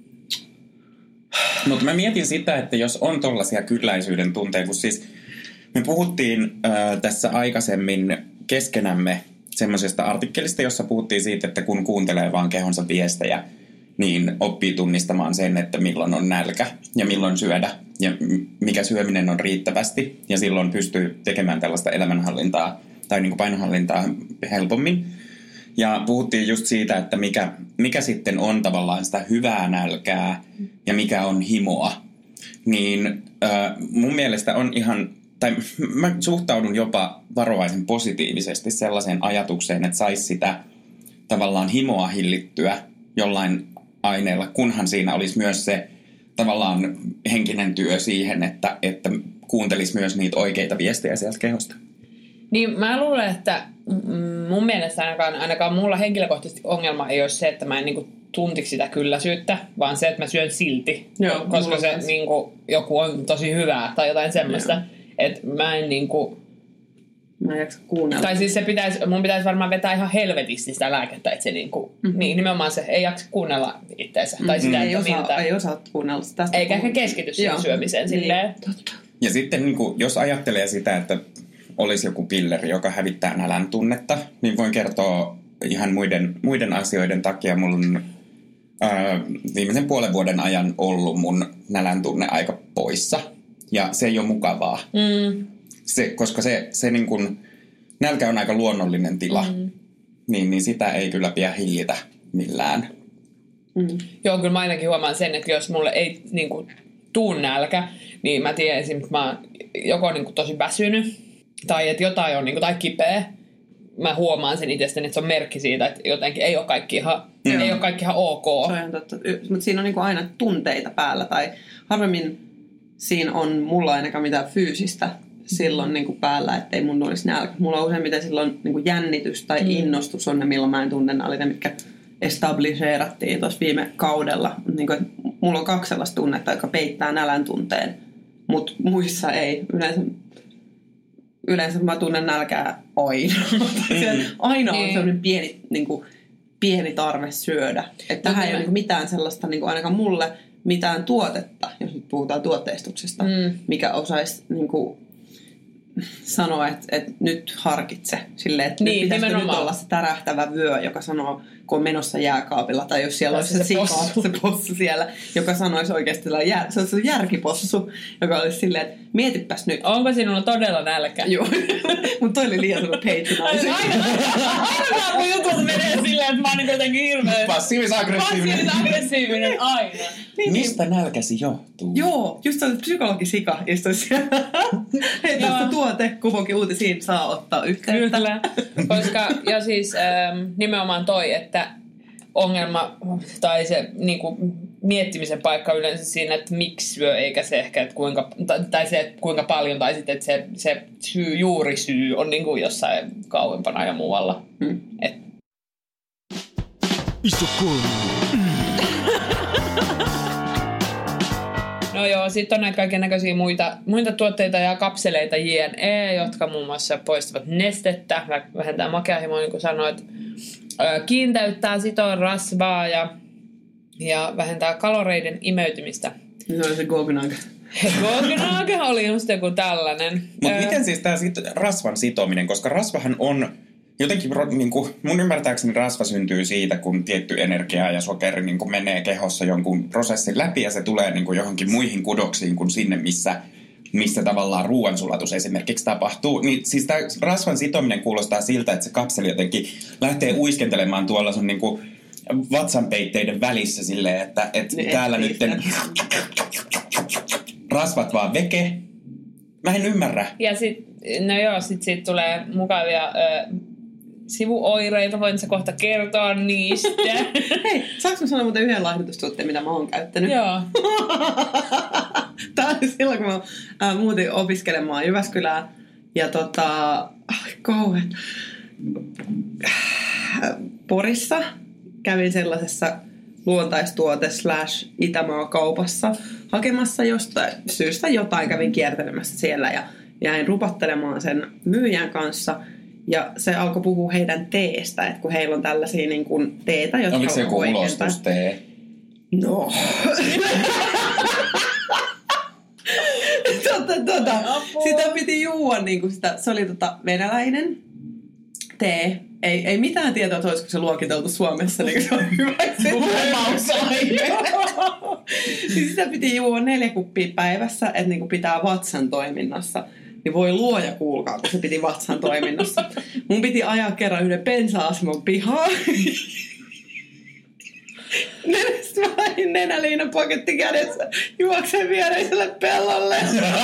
E: Mutta mä mietin sitä, että jos on tollaisia kylläisyyden tunteita, kun siis me puhuttiin äh, tässä aikaisemmin keskenämme semmoisesta artikkelista, jossa puhuttiin siitä, että kun kuuntelee vaan kehonsa viestejä, niin oppii tunnistamaan sen, että milloin on nälkä ja milloin syödä ja mikä syöminen on riittävästi. Ja silloin pystyy tekemään tällaista elämänhallintaa tai niin kuin painohallintaa helpommin. Ja puhuttiin just siitä, että mikä, mikä sitten on tavallaan sitä hyvää nälkää ja mikä on himoa. Niin äh, mun mielestä on ihan... Tai mä suhtaudun jopa varovaisen positiivisesti sellaiseen ajatukseen, että saisi sitä tavallaan himoa hillittyä jollain aineella, kunhan siinä olisi myös se tavallaan henkinen työ siihen, että, että kuuntelisi myös niitä oikeita viestejä sieltä kehosta.
D: Niin mä luulen, että mun mielestä ainakaan, ainakaan mulla henkilökohtaisesti ongelma ei ole se, että mä en niinku tuntiksi sitä kylläisyyttä, vaan se, että mä syön silti,
B: Joo,
D: koska se niinku, joku on tosi hyvää tai jotain semmoista. Joo. Että mä en niinku...
B: Mä en jaksa kuunnella.
D: Tai siis se pitäisi, mun pitäisi varmaan vetää ihan helvetisti sitä lääkettä, että se niinku... Mm-hmm. Niin, nimenomaan se ei jaksa kuunnella itseensä. Mm-hmm. Tai sitä,
B: ei, osaa,
D: miltä,
B: ei osaa kuunnella sitä.
D: Eikä ehkä keskity siihen syömiseen niin. Silleen.
B: Totta.
E: Ja sitten niinku, jos ajattelee sitä, että olisi joku pilleri, joka hävittää nälän tunnetta, niin voin kertoa ihan muiden, muiden asioiden takia mulla on ää, viimeisen puolen vuoden ajan ollut mun nälän tunne aika poissa. Ja se ei ole mukavaa. Mm. Se, koska se, se niin kuin, nälkä on aika luonnollinen tila. Mm. Niin, niin sitä ei kyllä pidä hillitä millään.
D: Mm. Joo, kyllä mä ainakin huomaan sen, että jos mulle ei niin kuin, tuu nälkä, niin mä tiedän esimerkiksi, että mä oon joko niin kuin, tosi väsynyt, tai että jotain on niin kuin, tai kipeä. Mä huomaan sen itsestäni, että se on merkki siitä, että jotenkin ei ole kaikki ihan, mm. ei ole kaikki ihan ok.
B: Se on ihan totta. Mutta siinä on niin kuin aina tunteita päällä, tai harvemmin siinä on mulla ainakaan mitään fyysistä silloin niin kuin päällä, ettei mun olisi nälkä. Mulla on useimmiten silloin niin kuin jännitys tai mm. innostus on ne, milloin mä en tunne nälkä, ne, mitkä establisheerattiin tuossa viime kaudella. Niin kuin, mulla on kaksi sellaista tunnetta, jotka peittää nälän tunteen, mutta muissa ei. Yleensä, yleensä mä tunnen nälkää aina. Mm. Aina on sellainen pieni, niin kuin, pieni tarve syödä. Että tähän ei ole niin mitään sellaista, niin kuin ainakaan mulle, mitään tuotetta, jos nyt puhutaan tuotteistuksesta, mm. mikä osaisi niin kuin, sanoa, että, että nyt harkitse. Silleen, että niin, nyt pitäisikö nyt olla se tärähtävä vyö, joka sanoo, kun on menossa jääkaapilla, tai jos siellä olisi se, se sika, possu. se possu siellä, joka sanoisi oikeasti, jär, se on se järkipossu, joka olisi silleen, että mietipäs nyt.
D: Onko sinulla todella nälkä?
B: Joo, mutta toi oli liian sellainen patronizing.
D: Aina kun jutut menee silleen, että mä oon niin jotenkin hirveä.
E: Passiivis-aggressiivinen.
D: Passiivis-aggressiivinen, aina.
E: Niin, mistä nälkäsi johtuu?
B: Joo, just se psykologisika istui siellä. Hei, tästä tuote, kuvokin uutisiin saa ottaa yhteyttä.
D: Kyllä, koska ja siis ähm, nimenomaan toi, että ongelma tai se niin kuin, miettimisen paikka yleensä siinä, että miksi syö, eikä se ehkä, että kuinka, tai se, että kuinka paljon, tai sitten, että se, se syy, juurisyy on niin kuin jossain kauempana ja muualla. Hmm. Et.
F: Iso kolme.
D: No joo, sitten on näitä kaikennäköisiä muita, muita tuotteita ja kapseleita jne, jotka muun muassa poistavat nestettä, vähentää makeahimoa, niin kuin sanoit, kiinteyttää, sitoo rasvaa ja, ja vähentää kaloreiden imeytymistä.
B: Se oli se Gognaga.
D: Gognaga oli just joku tällainen.
E: Mutta miten siis tämä rasvan sitominen, koska rasvahan on jotenkin, niin kuin, mun ymmärtääkseni rasva syntyy siitä, kun tietty energia ja sokeri niin kuin menee kehossa jonkun prosessin läpi ja se tulee niin kuin johonkin muihin kudoksiin kuin sinne, missä, missä tavallaan ruoansulatus esimerkiksi tapahtuu. Niin, siis tämä rasvan sitominen kuulostaa siltä, että se kapseli jotenkin lähtee uiskentelemaan tuolla sun niin kuin vatsanpeitteiden välissä silleen, että, että niin täällä nyt rasvat vaan veke. Mä en ymmärrä.
D: Ja sit, no joo, sit siitä tulee mukavia ö, sivuoireita. Voin sä kohta kertoa niistä.
B: Hei, saanko mä sanoa muuten yhden laihdutustuotteen, mitä mä oon käyttänyt?
D: Joo.
B: Tää oli silloin, kun mä äh, muutin opiskelemaan Jyväskylään. Ja tota, ai kauhean. Porissa kävin sellaisessa luontaistuote slash Itämaa-kaupassa hakemassa jostain syystä jotain, kävin kiertelemässä siellä ja jäin rupattelemaan sen myyjän kanssa ja se alkoi puhua heidän teestä, että kun heillä on tällaisia niin kuin teetä, jotka
E: oliko se joku ulostustee?
B: No. tota, tota. Sitä piti juua, niin kuin sitä, se oli tota venäläinen tee. Ei, ei mitään tietoa, että olisiko se luokiteltu Suomessa, niin se on hyvä. Siis sitä piti juua neljä kuppia päivässä, että niin pitää vatsan toiminnassa. Niin voi luoja kuulkaa, kun se piti vatsan toiminnassa. Mun piti ajaa kerran yhden bensa-asemon pihaan. Nenästä vähän nenäliinan paketti kädessä juokseen viereiselle pellolle.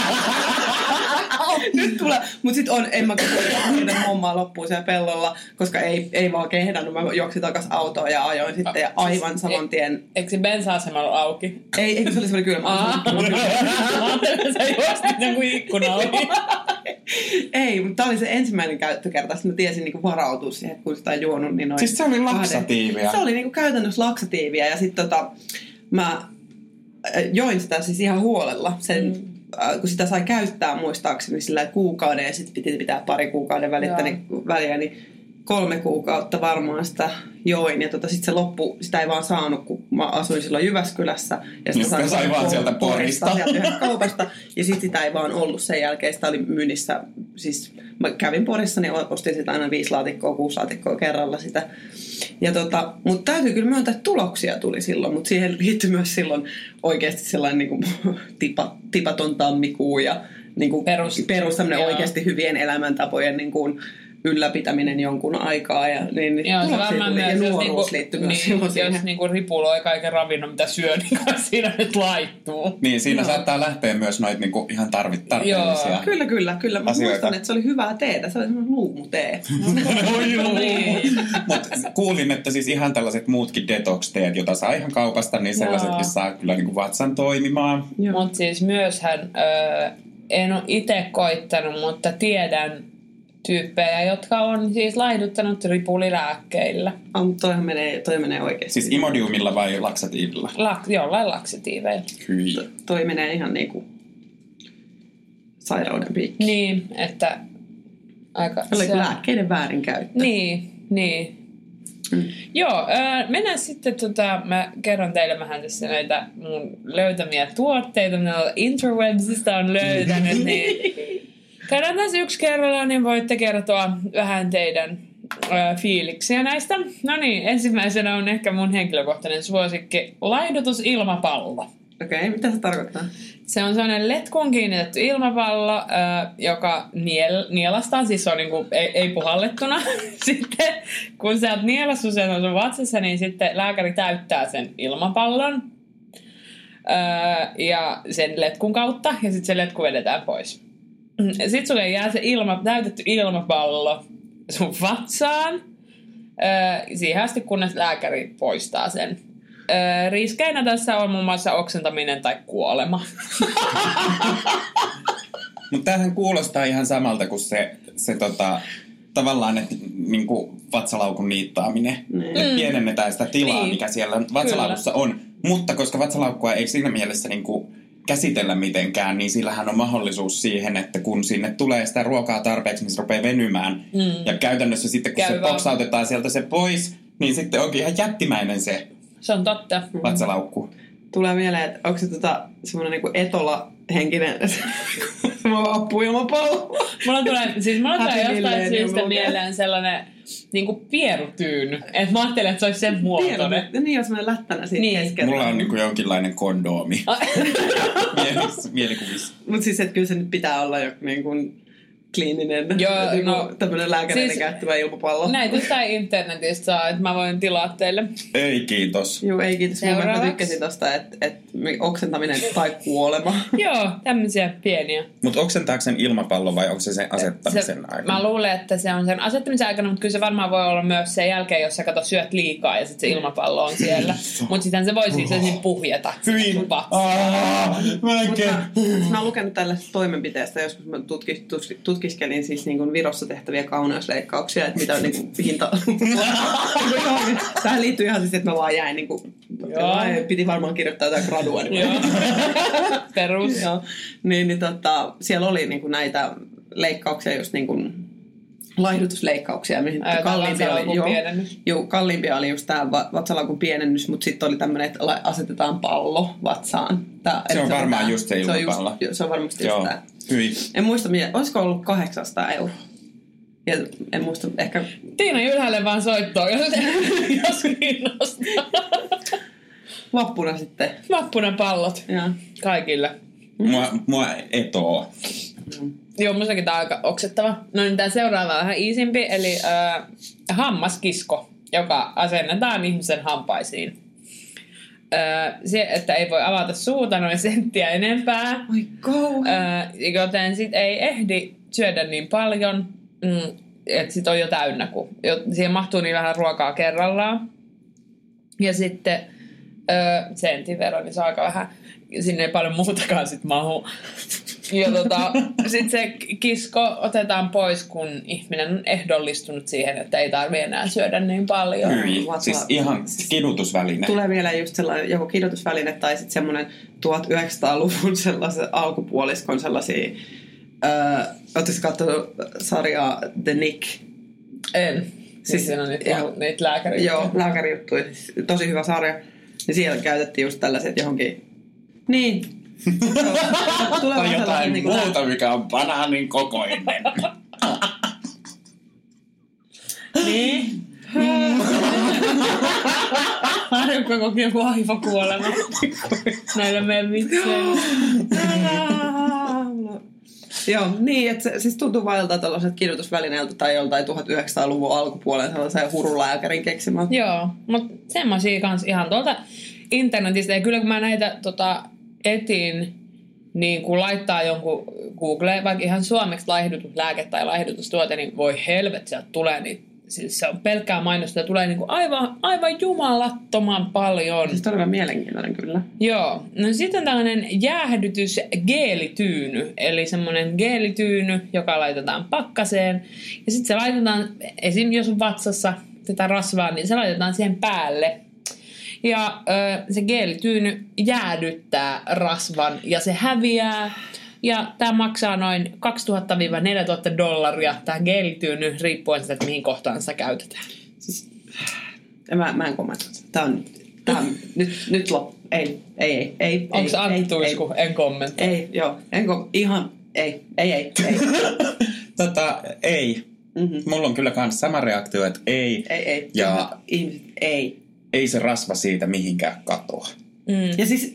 B: Nyt tulee. Mut sit on, en mä kuitenkaan hommaa loppuun siellä pellolla, koska ei, ei vaan kehdannut. Mä juoksin takas autoon ja ajoin sitten ja aivan saman tien.
D: Eikö se bensa-asema ollut auki?
B: Ei, eikö se oli semmoinen kylmä.
D: Mä ajattelin, että sä juostit jonkun ikkuna auki.
B: Ei, mutta tää oli se ensimmäinen käyttökerta. Sitten mä tiesin niinku varautua siihen, että kun sitä on juonut, niin noin.
E: Siis se oli laksatiivia.
B: Se oli niinku käytännössä laksatiivia ja sitten tota, mä join sitä siis ihan huolella. Sen, mm. äh, kun sitä sai käyttää muistaakseni sillä kuukauden ja sitten piti pitää pari kuukauden välittä, niin, väliä, niin kolme kuukautta varmaan sitä join. Ja tota, sitten se loppu, sitä ei vaan saanut, kun mä asuin silloin Jyväskylässä. Ja
E: sitä sai, sai vaan sieltä Porista.
B: Sieltä kaupasta. Ja sitten sitä ei vaan ollut sen jälkeen. Sitä oli myynnissä, siis mä kävin Porissa, niin ostin sitä aina viisi laatikkoa, kuusi laatikkoa kerralla sitä. Ja tota, mutta täytyy kyllä myöntää, että tuloksia tuli silloin. Mutta siihen liittyi myös silloin oikeasti sellainen niin kuin, tipa, tipaton tammikuu ja niin kuin perus, perus oikeasti hyvien elämäntapojen niin kuin, ylläpitäminen jonkun aikaa. Ja, niin,
D: joo, se varmaan
B: tuli,
D: myös,
B: ja
D: jos,
B: nuoruus
D: niinku,
B: liittyy myös
D: niin,
B: siihen.
D: jos niinku ripuloi kaiken ravinnon, mitä syö, niin siinä nyt laittuu.
E: Niin, siinä
D: joo.
E: saattaa lähteä myös noita niinku ihan tarvit tarpeellisia
B: joo. Kyllä, kyllä, kyllä. Mä
E: asioita.
B: muistan, että se oli hyvää teetä. Se oli semmoinen luumutee.
E: Mutta kuulin, että siis ihan tällaiset muutkin detox-teet, jota saa ihan kaupasta, niin sellaisetkin saa kyllä niinku vatsan toimimaan.
D: Mutta siis myöshän, ö, en ole itse koittanut, mutta tiedän tyyppejä, jotka on siis laihduttanut ripulilääkkeillä.
B: Oh, toihan menee, toi menee oikeasti.
E: Siis Imodiumilla vai laksatiivilla?
D: La, jollain laksatiiveilla.
E: Hyi.
B: To, toi menee ihan niinku sairauden piikki.
D: Niin, että aika...
B: Oliko lääkkeiden väärinkäyttö?
D: Niin, niin. Mm. Joo, äh, mennään sitten, tota, mä kerron teille vähän tässä näitä mun löytämiä tuotteita, mitä interwebsista on löytänyt, niin käydään tässä yksi kerralla, niin voitte kertoa vähän teidän äh, fiiliksiä näistä. No niin, ensimmäisenä on ehkä mun henkilökohtainen suosikki, laihdutusilmapallo.
B: Okei, okay, mitä se tarkoittaa?
D: Se on sellainen letkuun kiinnitetty ilmapallo, äh, joka niel, nielastaan, siis se on niinku, ei, ei puhallettuna. Sitten kun sä oot nielassut sen sun vatsassa, niin sitten lääkäri täyttää sen ilmapallon äh, ja sen letkun kautta, ja sitten se letku vedetään pois. Sitten sulle jää se ilma, täytetty ilmapallo sun vatsaan, äh, siihen asti kunnes lääkäri poistaa sen. Öö, riskeinä tässä on muun muassa oksentaminen tai kuolema.
E: Mutta tämähän kuulostaa ihan samalta kuin se, se tota, tavallaan, että niinku vatsalaukun niittaaminen. Mm. Että pienennetään sitä tilaa, niin. mikä siellä vatsalaukussa Kyllä. on. Mutta koska vatsalaukkua ei siinä mielessä niinku käsitellä mitenkään, niin sillähän on mahdollisuus siihen, että kun sinne tulee sitä ruokaa tarpeeksi, niin se rupeaa venymään. Mm. Ja käytännössä sitten, kun Käy se boksautetaan sieltä se pois, niin sitten onkin ihan jättimäinen se
D: Se on totta.
E: vatsalaukku.
B: Tulee mieleen, että onko se tota, semmoinen niinku etola-henkinen appuilmapallo?
D: Mulla tulee, siis mulla tulee jostain syystä mieleen sellainen niinku pierutyyny. Että mä ajattelin, että se olisi sen muotoinen.
B: Niin, on semmoinen lättänä siitä niin. keskellä.
E: Mulla on niinku jonkinlainen kondoomi. Mielikuvissa.
B: Mutta siis, että kyllä se nyt pitää olla joku niin kuin kliininen,
D: Joo,
B: niin
D: no,
B: tämmöinen lääkäreiden
D: siis,
B: käyttävä ilmapallo.
D: Näitä jostain internetistä saa, että mä voin tilaa teille.
E: Ei kiitos.
B: Joo, ei kiitos. Mä tykkäsin tosta, että et, oksentaminen tai kuolema.
D: Joo, tämmöisiä pieniä.
E: Mutta oksentaako sen ilmapallo vai onko se sen asettamisen se, aikana?
D: Mä luulen, että se on sen asettamisen aikana, mutta kyllä se varmaan voi olla myös sen jälkeen, jos sä kato syöt liikaa ja sitten se ilmapallo on siellä. Mutta sitten se voi siis ensin puhjeta.
E: Hyi!
B: Mä oon lukenut tällaisesta toimenpiteestä, joskus mä tutkis, tutkiskelin siis niin kuin Virossa tehtäviä kauneusleikkauksia, että mitä on niin kuin hinta... Tähän liittyy ihan siis, että mä vaan jäin niin kuin... Piti varmaan kirjoittaa jotain gradua. Niin
D: Perus.
B: Joo. Niin, niin tota, siellä oli niin kuin näitä leikkauksia, just niin kuin laihdutusleikkauksia, mihin kalliimpia oli, joo, joo, kalliimpia oli just tämä vatsalaukun pienennys, mutta sitten oli tämmöinen, että asetetaan pallo vatsaan. Tää,
E: se on varmaan
B: tää,
E: just se ilmapallo.
B: Se on, just, se on varmasti
E: joo.
B: just tämä.
E: Hyi.
B: En muista, olisiko ollut kahdeksansataa euroa. Ja en muista, ehkä...
D: Tiina Jylhälle vaan soittoon, jos, jos kiinnostaa.
B: Vappuna sitten.
D: Vappuna pallot.
B: Ja.
D: Kaikille.
E: Mua, mua etoo.
B: Mm.
D: Joo, mustakin tää on aika oksettava. No niin, tää seuraava on vähän iisimpi, eli äh, hammaskisko, joka asennetaan ihmisen hampaisiin. Äh, se, että ei voi avata suuta noin senttiä enempää.
B: Oi kauhean.
D: Äh, joten sit ei ehdi syödä niin paljon, mm, että sit on jo täynnä, kun jo, siihen mahtuu niin vähän ruokaa kerrallaan. Ja sitten äh, sentin verran, niin se on aika vähän. Sinne ei paljon muutakaan sit mahu. Ja tota, sit se kisko otetaan pois, kun ihminen on ehdollistunut siihen, että ei tarvitse enää syödä niin paljon.
E: Hyi, siis ihan kidutusväline.
B: Tulee vielä just sellainen joko kidutusväline tai sitten semmoinen tuhatyhdeksänsataaluvun sellaisen alkupuoliskon sellaisia... Öö, Oletko katsonut sarjaa The Nick?
D: En. Siis siinä on niitä, niitä lääkärijuttuja.
B: Joo, lääkärijuttuja. Tosi hyvä sarja. Ja siellä käytettiin just tällaiset johonkin... Niin.
E: Tai jotain niin muuta, mikä on banaanin kokoinen.
D: Niin. Harjukka koki joku aivokuolema näillä meidän vitseillä.
B: Joo, niin, että se siis tuntuu vailta tällaiset kirjoitusvälineeltä tai joltain tuhatyhdeksänsataaluvun alkupuolen sellaisen hurulääkärin keksimään.
D: Joo, mutta semmosia kans ihan tuolta internetistä. Ja kyllä kun mä näitä tota, etin, niin kun laittaa jonkun Googleen, vaikka ihan suomeksi laihdutuslääke tai laihdutustuote, niin voi helvet, sieltä tulee niin. Siis se on pelkkää mainosta ja tulee niinku aivan, aivan jumalattoman paljon.
B: Siis todella mielenkiintoinen kyllä.
D: Joo. No sitten tällainen jäähdytysgeelityyny, eli semmoinen geelityyny, joka laitetaan pakkaseen. Ja sitten se laitetaan, esim. Jos on vatsassa tätä rasvaa, niin se laitetaan siihen päälle. Ja ö, se geelityyny jäädyttää rasvan ja se häviää. Ja tämä maksaa noin kaksituhatta neljätuhatta dollaria, tämä geelityyny, riippuen siitä, että mihin kohtaan sitä käytetään.
B: Siis, mä, mä en kommentoi. Tämä on, tämä on nyt, nyt loppu. Ei, ei, ei. ei
D: Onko se Antti Tuisku? En kommentoi.
B: Ei, joo. En kom- ihan, ei, ei, ei. ei.
E: tota, ei. Mm-hmm. Mulla on kyllä kans sama reaktio, että ei.
B: Ei, ei.
E: Ja
B: ihmiset, ei.
E: Ei se rasva siitä mihinkään katoa.
B: Mm. Ja siis...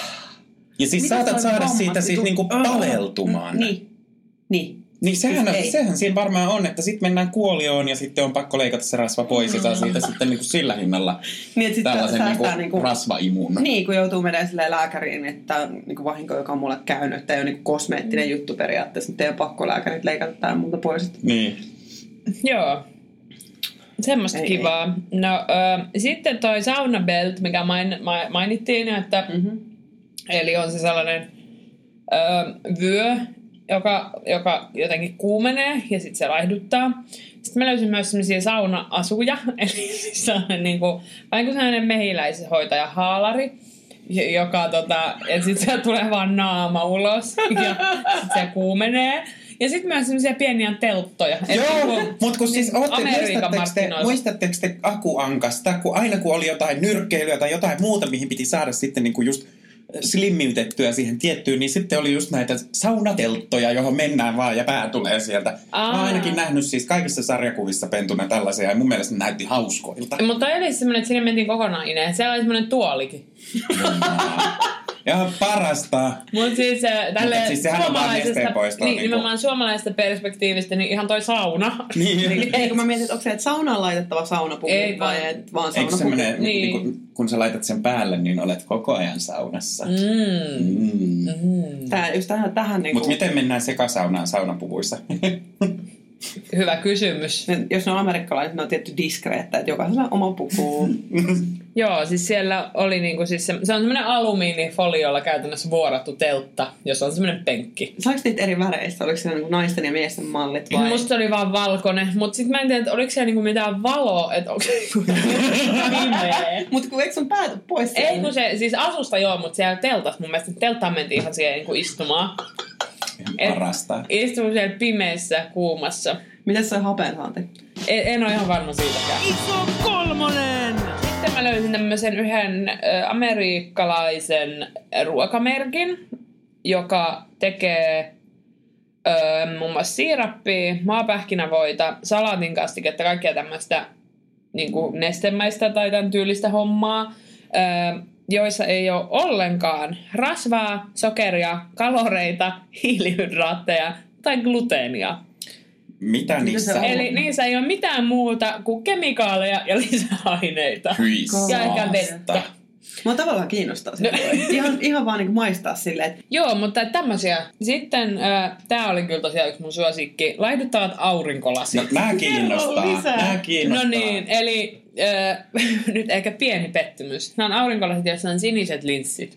E: Ja siis
B: mitä
E: saatat saada siitä siis
B: tu-
E: niinku paleltumaan.
B: Niin, niin.
E: Niin sehän,
B: siis
E: sehän siinä varmaan on, että sitten mennään kuolioon ja sitten on pakko leikata se rasva pois ja saa siitä sitten niinku sillä hinnalla
B: niin,
E: tällaisen niinku
B: niinku,
E: rasvaimun.
B: Niin, kun joutuu menemään silleen lääkäriin, että on niinku vahinko, joka on mulle käynyt, että ei ole niinku kosmeettinen juttu periaatteessa, että ei ole pakko lääkärit leikata tai muuta pois.
E: Niin.
D: Joo. Semmosta ei, kivaa. Ei. No äh, sitten toi sauna belt, mikä main, ma, mainittiin, että mm-hmm. eli on se sellainen ö, vyö, joka, joka jotenkin kuumenee ja sitten se laihduttaa. Sitten mä löysin myös sellaisia sauna-asuja, eli siis sellainen niin kuin, vähän kuin sellainen mehiläishoitaja haalari, joka tota, että sitten sieltä tulee vaan naama ulos ja sitten se kuumenee. Ja sitten myös sellaisia pieniä telttoja.
E: Joo, mutta kun siis ootte, muistatteko te, muistatteko te Akuankasta, kun aina kun oli jotain nyrkkeilyä tai jotain muuta, mihin piti saada sitten niinku just slimmiytettyä siihen tiettyyn, niin sitten oli just näitä saunatelttoja, johon mennään vaan ja pää tulee sieltä. Aa. Mä oon ainakin nähnyt siis kaikissa sarjakuvissa pentuna tällaisia ja mun mielestä ne näytti hauskoilta.
D: Mutta oli semmoinen, että sinne mentiin kokonaan ineen. Siellä oli semmoinen tuolikin.
E: Ja parasta.
D: Mutta siis, tälle
E: siis sehän on vaan nesteen poistoa.
D: Niin, nimenomaan suomalaisesta perspektiivistä, niin ihan toi sauna.
B: Niin. Ei, kun mä mietin, että onko se, että saunaan laitettava saunapuku
D: ei,
B: vai
D: vaan,
B: et vaan
E: saunapuku? Eikö se mene,
D: niin.
E: niin kun, kun sä laitat sen päälle, niin olet koko ajan saunassa.
D: Mm.
E: Mm.
D: Mm.
B: Tää, just tähän, tähän niin
E: Mutta miten mennään sekasaunaan saunapuvuissa?
D: Hyvä kysymys.
B: Jos ne on amerikkalaiset, ne on tietty diskreettä, että jokaisella on oma puku.
D: Joo, siis siellä oli niinku siis se, se on semmoinen alumiinifoliolla käytännössä vuorattu teltta, jossa on semmoinen penkki.
B: Saiko niitä eri väreistä? Oliko siellä niinku naisten ja miesten mallit vai?
D: Musta oli vaan valkoinen, mutta sitten mä en tiedä, että oliko siellä niinku mitään valoa, että onko se niinku pimeä.
B: Mutta kun eikö sun päätä pois siellä?
D: Ei kun se, siis asusta joo, mutta siellä teltassa mun mielestä telttaan mentiin ihan siihen niinku istumaan.
E: Parasta.
D: Istuu siellä pimeässä, kuumassa.
B: Mitäs se hapensaanti?
D: En, en ole ihan varma siitäkään.
C: Iso kolmonen!
D: Sitten mä löysin tämmöisen yhden ä, amerikkalaisen ruokamerkin, joka tekee ö, muun muassa siirappia, maapähkinävoita, salaatin kaikkea tämmöistä niin kuin nestemäistä tai tämän tyylistä hommaa, ö, joissa ei ole ollenkaan rasvaa, sokeria, kaloreita, hiilihydraatteja tai gluteenia.
E: Mitä niissä on?
D: Eli niissä ei ole mitään muuta kuin kemikaaleja ja lisäaineita.
E: Hyi
D: ja eikä vettä.
B: Mua tavallaan kiinnostaa se. ihan, ihan vaan niin maistaa silleen. Että...
D: Joo, mutta tämmöisiä. Sitten äh, tää oli kyllä tosiaan yksi mun suosikki. Laihduttavat aurinkolasit.
E: No, nää kiinnostaa. Nää kiinnostaa.
D: No niin, eli äh, nyt ehkä pieni pettymys. Nämä on aurinkolasit, joissa on siniset linssit.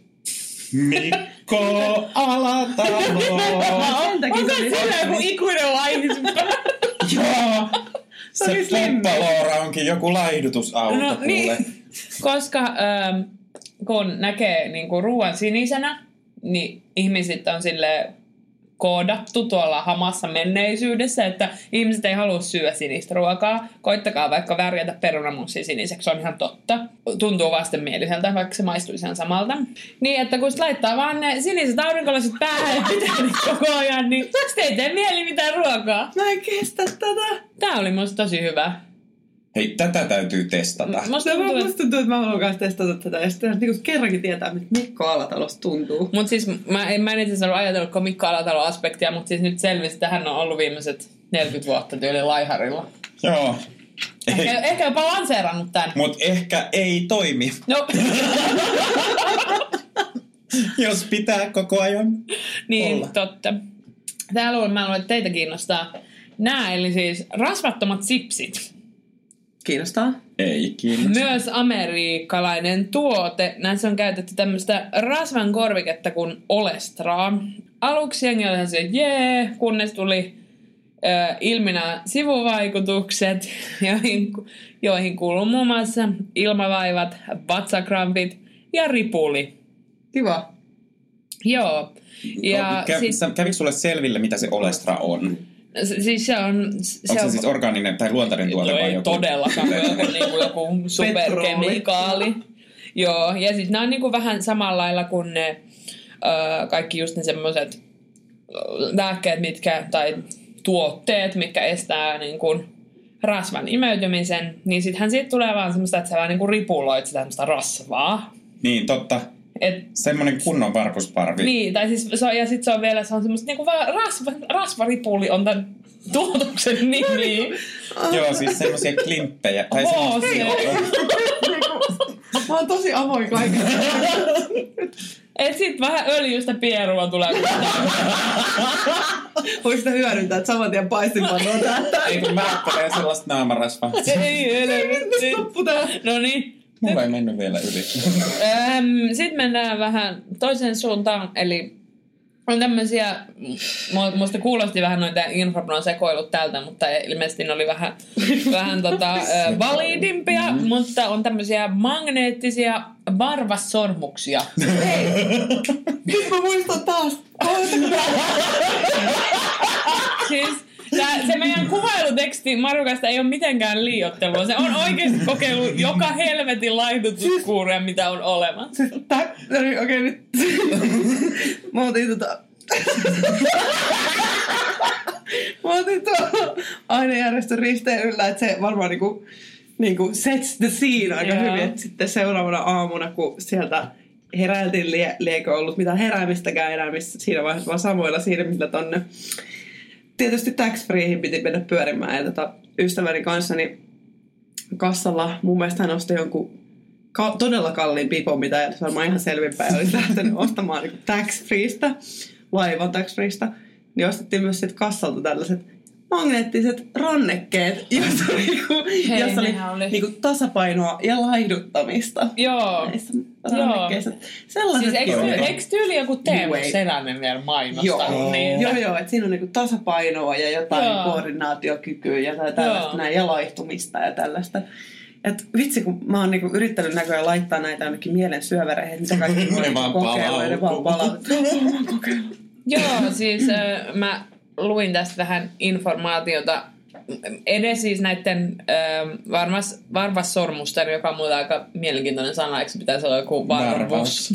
E: Mikko Alatalo.
D: Onko se sillä joku ikuinen laihis?
E: Joo. Se Poppaloora onkin joku laihdutusauto.
D: No niin, koska ähm, kun näkee niinku ruoan sinisenä, niin ihmiset on silleen, koodattu tuolla hamassa menneisyydessä, että ihmiset ei halua syödä sinistä ruokaa. Koittakaa vaikka värjätä perunamussia siniseksi, se on ihan totta. Tuntuu vastenmieliseltä, vaikka se maistuisi ihan samalta. Niin, että kun laittaa vaan ne siniset aurinkolasit päähän ja pitää niitä koko ajan, niin sitten ei tee mieli mitään ruokaa.
B: Mä en kestä tätä.
D: Tää oli musta tosi hyvä.
E: Hei, tätä täytyy testata.
D: Musta
B: tuntuu,
D: tuntuu,
B: musta tuntuu, että mä haluan kanssa testata tätä. Ja sitten niin kerrankin tietää, mitä Mikko Alatalosta tuntuu.
D: Mutta siis mä en, mä en itse asiassa ollut ajatellut Mikko Alatalon aspektia, mutta siis nyt selvisi, että hän on ollut viimeiset neljäkymmentä vuotta tyyli laiharilla.
E: Joo.
D: Ehkä, ehkä jopa lanseerannut tän.
E: Mut ehkä ei toimi.
D: No.
E: Jos pitää koko ajan
D: Niin,
E: olla.
D: totta. Täällä on, mä luulen, että teitä kiinnostaa nää, eli siis rasvattomat sipsit.
B: Kiinnostaa?
E: Ei kiinnosta.
D: Myös amerikkalainen tuote. Näissä on käytetty tämmöistä rasvan korviketta kuin olestraa. Aluksi jengi oli ihan se, jee, kunnes tuli ö, ilmi nämä sivuvaikutukset, joihin, joihin kuuluu muun muassa ilmavaivat, vatsakrampit ja ripuli.
B: Kiva.
D: Joo. Ja
E: Kä,
D: siis,
E: kävikö sulle selville, mitä se olestra on?
D: siis se on... Se
E: Onko se
D: on,
E: siis orgaaninen tai luontainen tuote vai
D: ei
E: joku?
D: todellakaan joku, niinku, joku superkemikaali. Joo, ja siis nämä on niinku vähän samalla lailla kuin ne ö, kaikki just ne semmoiset lääkkeet, mitkä, tai tuotteet, mitkä estää niinku rasvan imeytymisen, niin sittenhän siitä tulee vaan semmoista, että sä vaan niinku ripuloit sitä semmoista rasvaa.
E: Niin, totta.
D: Et,
E: Semmoinen kunnon varpusparvi.
D: niin, tai siis se on, ja sitten se on vielä se on semmoista niinku vaan rasva, rasvaripuli on tämän tuotoksen nimi.
E: Joo, siis semmoisia klimppejä. Tai
D: Oho,
E: semmoisia...
B: Mä oon tosi avoin kaiken.
D: Et sit vähän öljystä pierua tulee.
B: Voiko sitä hyödyntää, että saman tien paistinpanoa täältä?
E: Ei kun määttelee sellaista naamarasvaa.
D: Ei helvetti.
B: Stoppu tää.
D: No niin.
E: Mulla ei mennyt vielä yli.
D: Sitten mennään vähän toiseen suuntaan, eli on tämmöisiä, musta kuulosti vähän noita Infraplan sekoilut tältä, mutta ilmeisesti ne oli vähän, vähän tota, validimpia, mutta on tämmöisiä magneettisia varvassormuksia.
B: Hei, nyt mä muistan taas.
D: Siis tää, se meidän kuvailuteksti Marukasta ei ole mitenkään liioittelua. Se on oikeasti kokeillut joka helvetin laihdutuskuuria, mitä on olemassa.
B: Tää, okei okay, nyt. Mä otin tota... Mä otin tuo ainejärjestön risteilyllä, että se varmaan niinku, niinku sets the scene aika yeah. hyvin. Että sitten seuraavana aamuna, kun sieltä heräiltiin, lie, liekö ollut mitään heräämistäkään enää, missä siinä vaiheessa vaan samoilla siinä, millä tonne tietysti tax-freehin piti mennä pyörimään. Ja tota, ystäväni kanssa niin kassalla mun mielestä hän osti jonkun ka- todella kalliin pipon, mitä ei varmaan ihan selvinpäin olisi lähtenyt ostamaan niin tax-freeista, laivan tax-freeista. Niin ostettiin myös sit kassalta tällaiset magneettiset rannekkeet, jossa, niinku,
D: Hei,
B: jossa oli,
D: oli.
B: Niinku tasapainoa ja laihduttamista.
D: Joo.
B: Näissä rannekkeissa.
D: Siis eikö,
B: on.
D: eikö tyyli joku Teemu
B: New
D: Selänne vielä mainostanut
B: Joo,
D: niitä?
B: joo, joo, että siinä on niinku tasapainoa ja jotain
D: Joo.
B: koordinaatiokykyä ja tällaista
D: Joo.
B: näin, ja laihtumista ja tällaista. Et vitsi, kun mä oon niinku yrittänyt näköjään laittaa näitä jonnekin mielen syövereihin, mitä kaikki voi
E: Ne vaan
B: kokeilla ja ne vaan palaa.
D: Joo, siis äh, mä luin tästä vähän informaatiota. Edes siis näiden äh, varmas, varvassormusten, joka on muuten aika mielenkiintoinen sana, eikö se pitäisi olla joku varvus?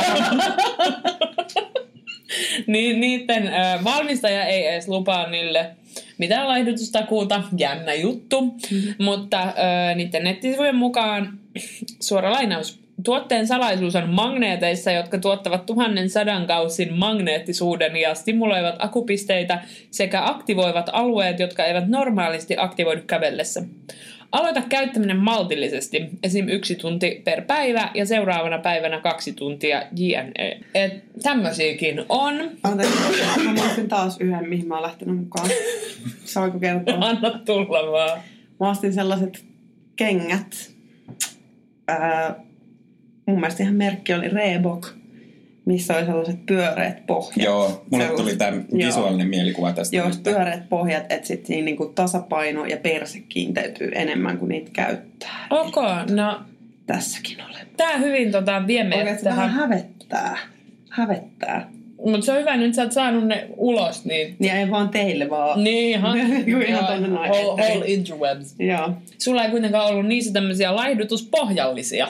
D: niin, niiden äh, valmistaja ei edes lupaa niille mitään laihdutustakuuta, jännä juttu, mm-hmm. mutta äh, niiden nettisivujen mukaan, suora lainaus, tuotteen salaisuus on magneeteissa, jotka tuottavat tuhannen sadan kaussin magneettisuuden ja stimuloivat akupisteitä sekä aktivoivat alueet, jotka eivät normaalisti aktivoidu kävellessä. Aloita käyttäminen maltillisesti, esim. yksi tunti per päivä ja seuraavana päivänä kaksi tuntia jne. Et tämmöisiäkin on.
B: Anteeksi, mä muistin taas yhden, mihin mä oon lähtenyt mukaan. Saanko kertoa?
D: Anna tulla vaan.
B: Mä ostin sellaiset kengät. Ää, mun mielestä ihan merkki oli Reebok, missä oli sellaiset pyöreät pohjat.
E: Joo, mulle
B: Sellaiset-
E: tuli tämä visuaalinen mielikuva tästä.
B: Joo,
E: nyt.
B: pyöreät pohjat, että sitten siinä niinku tasapaino ja perse kiinteytyy enemmän kuin niitä käyttää.
D: Ok, no
B: Tässäkin olen.
D: tää hyvin tota, vie meidät
B: Oikeasti vähän
D: tähän.
B: hävettää. Hävettää.
D: Mutta se on hyvä, nyt sä oot saanut ne ulos. Niin,
B: niin ei vaan teille vaan.
D: niin ihan.
B: ihan tonne noin.
D: Whole, whole interwebs.
B: Joo.
D: Sulla ei kuitenkaan ollut niissä tämmöisiä laihdutuspohjallisia,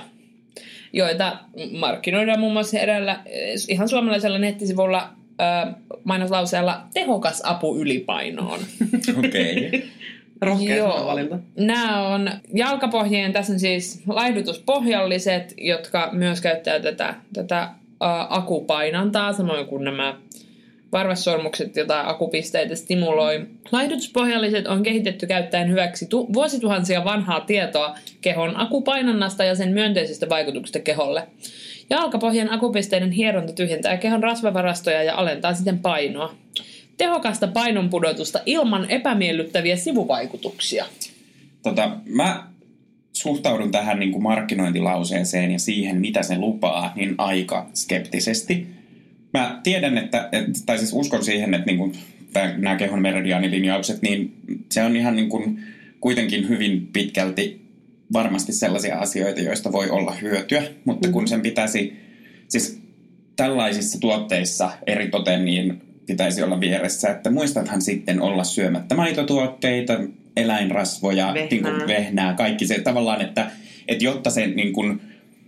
D: joita markkinoidaan muun muassa edellä ihan suomalaisella nettisivulla äh, mainoslauseella tehokas apu ylipainoon.
E: Okei. Okay.
B: Rohkea sanavalinta.
D: Nämä on jalkapohjien, tässä on siis laihdutuspohjalliset, jotka myös käyttää tätä, tätä ä, akupainantaa, samoin kuin nämä varvassormukset, joita akupisteitä stimuloi. Laihdutuspohjalliset on kehitetty käyttäen hyväksi tu- vuosituhansia vanhaa tietoa kehon akupainannasta ja sen myönteisestä vaikutuksesta keholle. Jalkapohjan akupisteiden hieronta tyhjentää kehon rasvavarastoja ja alentaa siten painoa. Tehokasta painonpudotusta ilman epämiellyttäviä sivuvaikutuksia.
E: Tota, mä suhtaudun tähän niin kuin markkinointilauseeseen ja siihen, mitä se lupaa, niin aika skeptisesti. Mä tiedän, että, että tai siis uskon siihen, että niin kuin nämä kehon meridiaanilinjaukset, niin se on ihan niin kuin kuitenkin hyvin pitkälti varmasti sellaisia asioita, joista voi olla hyötyä, mutta kun sen pitäisi, siis tällaisissa tuotteissa eritoten, niin pitäisi olla vieressä, että muistathan sitten olla syömättä maitotuotteita, eläinrasvoja, vehnää, niin kuin vehnää kaikki se tavallaan, että, että jotta se niin kuin,